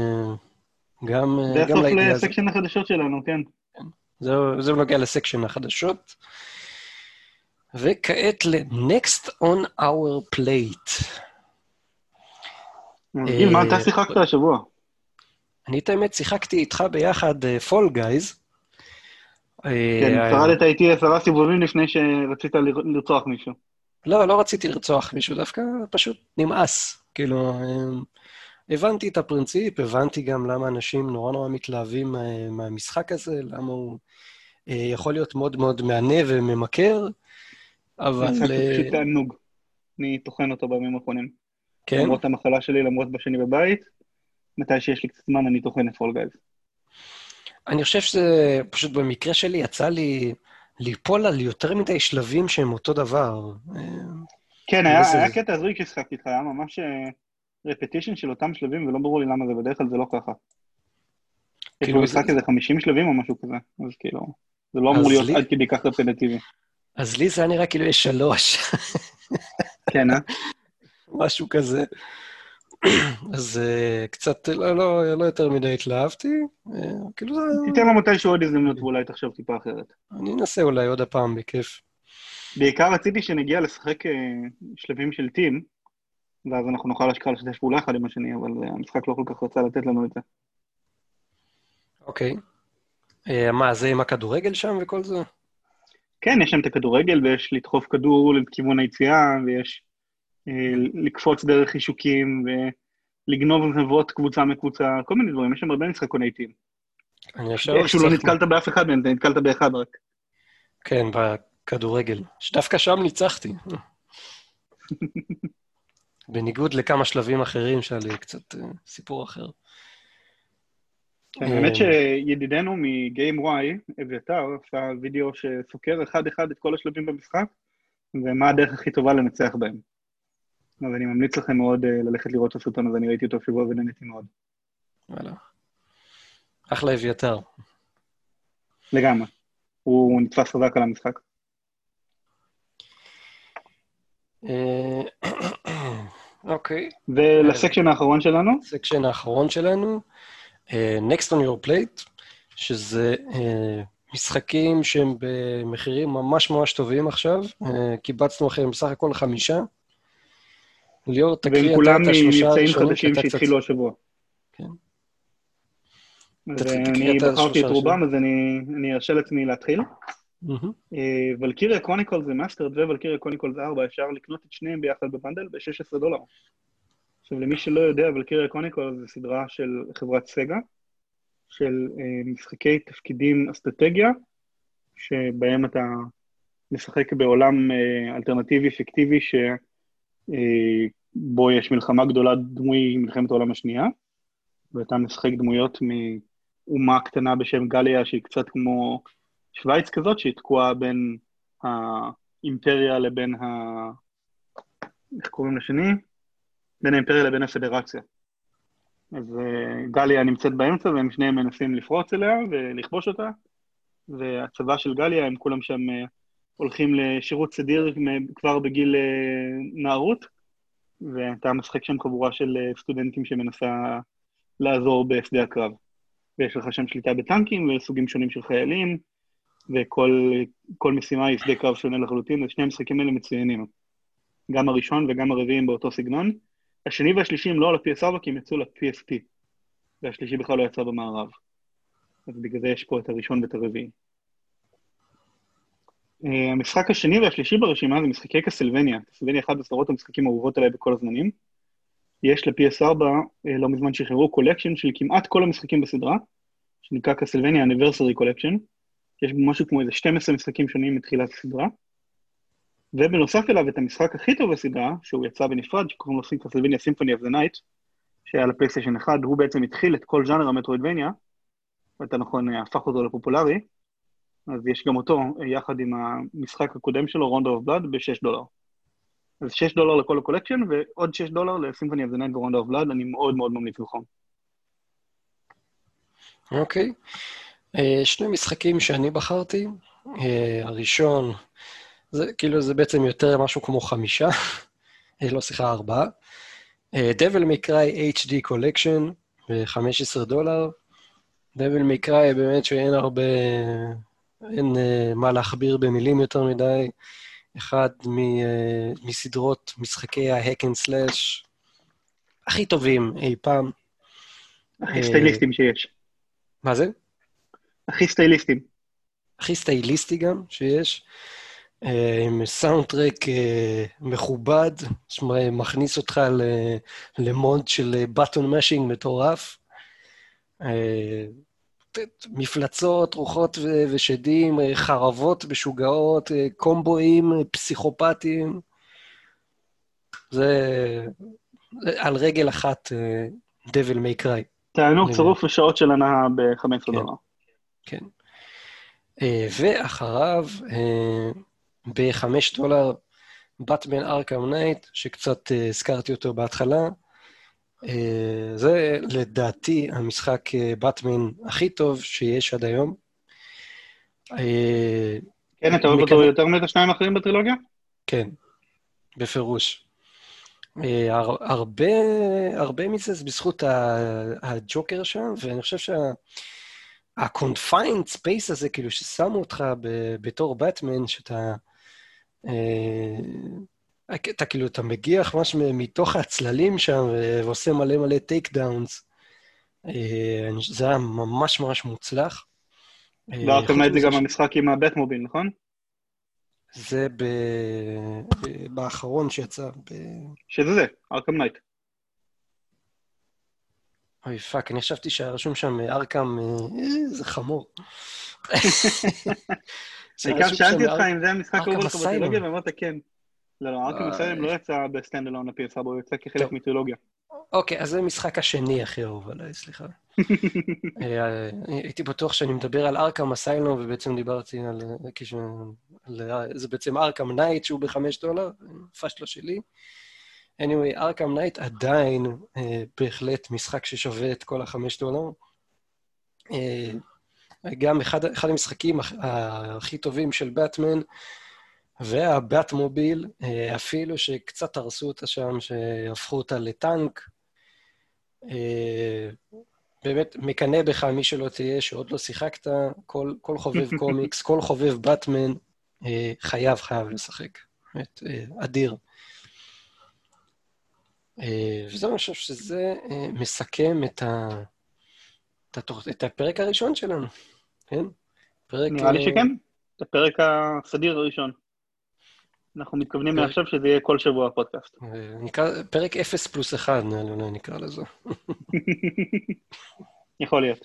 זה הסוף לסקשן החדשות שלנו, כן. זהו נוגע לסקשן החדשות. וכעת ל-Next on our plate. גיל, מה אתה שיחקת השבוע? אני את האמת שיחקתי איתך ביחד Fall Guys. כן, שרדת איתי 10 סיבובים לפני שרצית לרצוח מישהו. לא רציתי לרצוח מישהו, דווקא פשוט נמאס. כאילו, הבנתי את הפרינציפ, הבנתי גם למה אנשים נורא נורא מתלהבים מהמשחק הזה, למה הוא יכול להיות מאוד מאוד מענה וממכר, אבל... המשחק הוא פשוט תענוג. אני תוכן אותו בימים האחרונים. כן? למרות המחלה שלי, למרות שאני בבית, מתי שיש לי קצת זמן, אני תוכן את Fall Guys. אני חושב שזה פשוט במקרה שלי יצא לי ליפול על יותר מדי שלבים שהם אותו דבר. כן, היה קטע הזוי כששחקתי איתך, היה ממש רפטישן של אותם שלבים, ולא ברור לי למה זה, בדרך כלל זה לא ככה. יש במשחק איזה 50 שלבים או משהו כזה, אז כאילו, זה לא אמור להיות עד כדי כך רפטטיבי. אז לי זה היה נראה כאילו יש 3. כן, משהו כזה. אז קצת לא יותר מדי התלהבתי. תיתן לו מתישהו עוד הזדמנות ואולי תחשוב טיפה אחרת. אני אנסה אולי עוד הפעם בכיף. בעיקר רציתי שנגיע לשחק שלבים של טים, ואז אנחנו נוכל להשכרה לשתף פעולה אחד עם השני, אבל המשחק לא כל כך רצה לתת לנו את זה. אוקיי. מה, זה עם הכדורגל שם וכל זה? כן, יש שם את הכדורגל, ויש לדחוף כדור לכיוון היציאה, ויש לקפוץ דרך חישוקים, ולגנוב זנבות קבוצה מקבוצה, כל מיני דברים, יש שם הרבה משחקוני טים. איכשהו לא נתקלת באף אחד מהם, אתה נתקלת באחד רק. כן, בכדורגל. שדווקא שם ניצחתי. בניגוד לכמה שלבים אחרים שהיה לי קצת סיפור אחר. האמת שידידנו מגיים וואי, אביתר, עשה וידאו שסוקר אחד-אחד את כל השלבים במשחק, ומה הדרך הכי טובה לנצח בהם. אז אני ממליץ לכם מאוד ללכת לראות את הסרטון הזה, אני ראיתי אותו שבוע ונהניתי מאוד. וואלה. אחלה אביתר. לגמרי. הוא נתפס חזק על המשחק. אוקיי. ולסקשן האחרון שלנו? סקשן האחרון שלנו, Next on your plate, שזה משחקים שהם במחירים ממש ממש טובים עכשיו, קיבצנו אחרים בסך הכל 5. ליאור, תקריא אתה את 3 מבצעים חדשים שהתחילו השבוע. כן. אני בחרתי את רובם, אז אני ארשה לעצמי להתחיל. ולקיריה קרוניקולס זה מאסטרד ווולקיריה קרוניקולס 4, אפשר לקנות את שניהם ביחד בבנדל $16. עכשיו, למי שלא יודע, ולקיריה קרוניקולס זה סדרה של חברת סגה, של משחקי תפקידים אסטרטגיה, שבהם אתה משחק בעולם אלטרנטיבי, פיקטיבי, שבו יש מלחמה גדולה דמוי מלחמת העולם השנייה, ואתה משחק דמויות אומה קטנה בשם גליה, שהיא קצת כמו שוויץ כזאת, שהיא תקועה בין האימפריה לבין איך קוראים לשני? בין האימפריה לבין הפדרציה. אז גליה נמצאת באמצע, והם שניהם מנסים לפרוץ אליה ולכבוש אותה, והצבא של גליה, הם כולם שם הולכים לשירות סדיר כבר בגיל נערות, ואתה משחק שם חבורה של סטודנטים שמנסה לעזור בשדה הקרב. ויש לך שם שליטה בטנקים וסוגים שונים של חיילים, וכל משימה היא שדה קרב שונה לחלוטין, אז שני המשחקים האלה מצוינים. גם הראשון וגם הרביעים באותו סגנון. השני והשלישי הם לא על ה-PS4 כי הם יצאו ל-PSP, והשלישי בכלל לא יצא במערב. אז בגלל זה יש פה את הראשון ואת הרביעי. המשחק השני והשלישי ברשימה זה משחקי קסלווניה. קסלווניה אחד הסדרות המשחקים האהובות עליי בכל הזמנים. יש ל-PS4 לא מזמן שחררו קולקשן של כמעט כל המשחקים בסדרה, שנקרא קסלווניה Anniversary Collection. יש בו משהו כמו איזה 12 משחקים שונים מתחילת הסדרה. ובנוסף אליו את המשחק הכי טוב בסדרה, שהוא יצא בנפרד, שקוראים לו קסלווניה Symphony of the Night, שהיה לפלייסטיישן 1, הוא בעצם התחיל את כל ז'אנר המטרואידבניה, ואתה נכון, הפך אותו לפופולרי, אז יש גם אותו, יחד עם המשחק הקודם שלו, Round of Blood, ב$6. אז $6 לכל הקולקשן, ועוד $6 ל-Symphony of the Night ו-Round of Blood, אני מאוד מאוד ממליץ לחום. אוקיי. שני משחקים שאני בחרתי, הראשון, זה בעצם יותר משהו כמו 5, לא סליחה, 4. Devil May Cry HD Collection, ב$15. Devil May Cry באמת שאין הרבה, אין מה להכביר במילים יותר מדי. אחד מסדרות משחקי ה-Hack and Slash הכי טובים אי פעם. הכי סטייליסטים שיש. מה זה? הכי סטייליסטים. הכי סטייליסטי גם שיש. עם סאונדטרק מכובד, שמכניס אותך למוד של בטון משינג מטורף. מפלצות, רוחות ושדים, חרבות משוגעות, קומבואים, פסיכופטיים. זה על רגל אחת Devil May Cry. תענוג צירוף ושעות של הנאה ב$15. כן. ואחריו, ב$5, Batman Arkham Knight, שקצת הזכרתי אותו בהתחלה. זה לדעתי המשחק Batman הכי טוב שיש עד היום. כן, אתה אוהב אותו יותר מאת השניים האחרים בטרילוגיה? כן, בפירוש. הרבה מזה זה בזכות הג'וקר שם, ואני חושב ה-confined space הזה, כאילו ששמו אותך בתור בטמן, שאתה כאילו, אתה מגיח ממש מתוך הצללים שם, ועושה מלא מלא טייק דאונס. זה היה ממש ממש מוצלח. וארקם נייט זה גם המשחק עם הבט מוביל, נכון? זה באחרון שיצא. שזה, ארקם נייט. אוי, פאק, אני חשבתי שהרשום שם ארקם, זה חמור. בעיקר שאלתי אותך אם זה המשחק קרוב לך בטרילוגיה, ואמרת כן. לא, ארקם אסיילם לא יצא בסטנד אלון ל-PS4, הוא יצא כחלק מטרילוגיה. אוקיי, אז זה המשחק השני הכי אהוב עליי, סליחה. הייתי בטוח שאני מדבר על ארקם אסיילם, ובעצם דיברתי על זה בעצם ארקם נייט, שהוא ב$5, פשלה שלי. anyway, ארקם נייט עדיין בהחלט משחק ששווה את כל $5. גם אחד המשחקים הכי טובים של באטמן, והבאט מוביל, אפילו שקצת הרסו אותה שם, שהפכו אותה לטנק. באמת מקנה בך מי שלא תהיה, שעוד לא שיחקת, כל חובב קומיקס, כל חובב באטמן, חייב לשחק. באמת, אדיר. וזה אני חושב שזה מסכם את הפרק הראשון שלנו, כן? נראה לי שכן, את הפרק הסדיר הראשון. אנחנו מתכוונים מעכשיו שזה יהיה כל שבוע הפודקאסט. פרק 0+1, נקרא לזה. יכול להיות.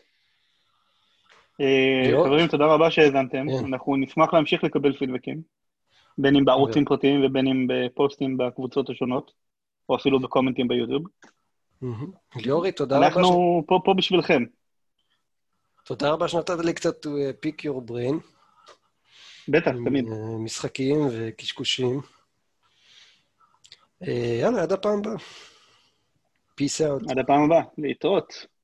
חברים, תודה רבה שהאזנתם. אנחנו נשמח להמשיך לקבל פידבקים, בין אם בערוצים פרטיים ובין אם בפוסטים בקבוצות השונות, או אפילו בקומנטים ביוטיוב. ליאורי, תודה רבה. אנחנו פה בשבילכם. תודה רבה שנתת לי קצת pick your brain. בטח, תמיד. משחקים וקשקושים. יאללה, עד הפעם הבאה. Peace out. עד הפעם הבאה, להתראות.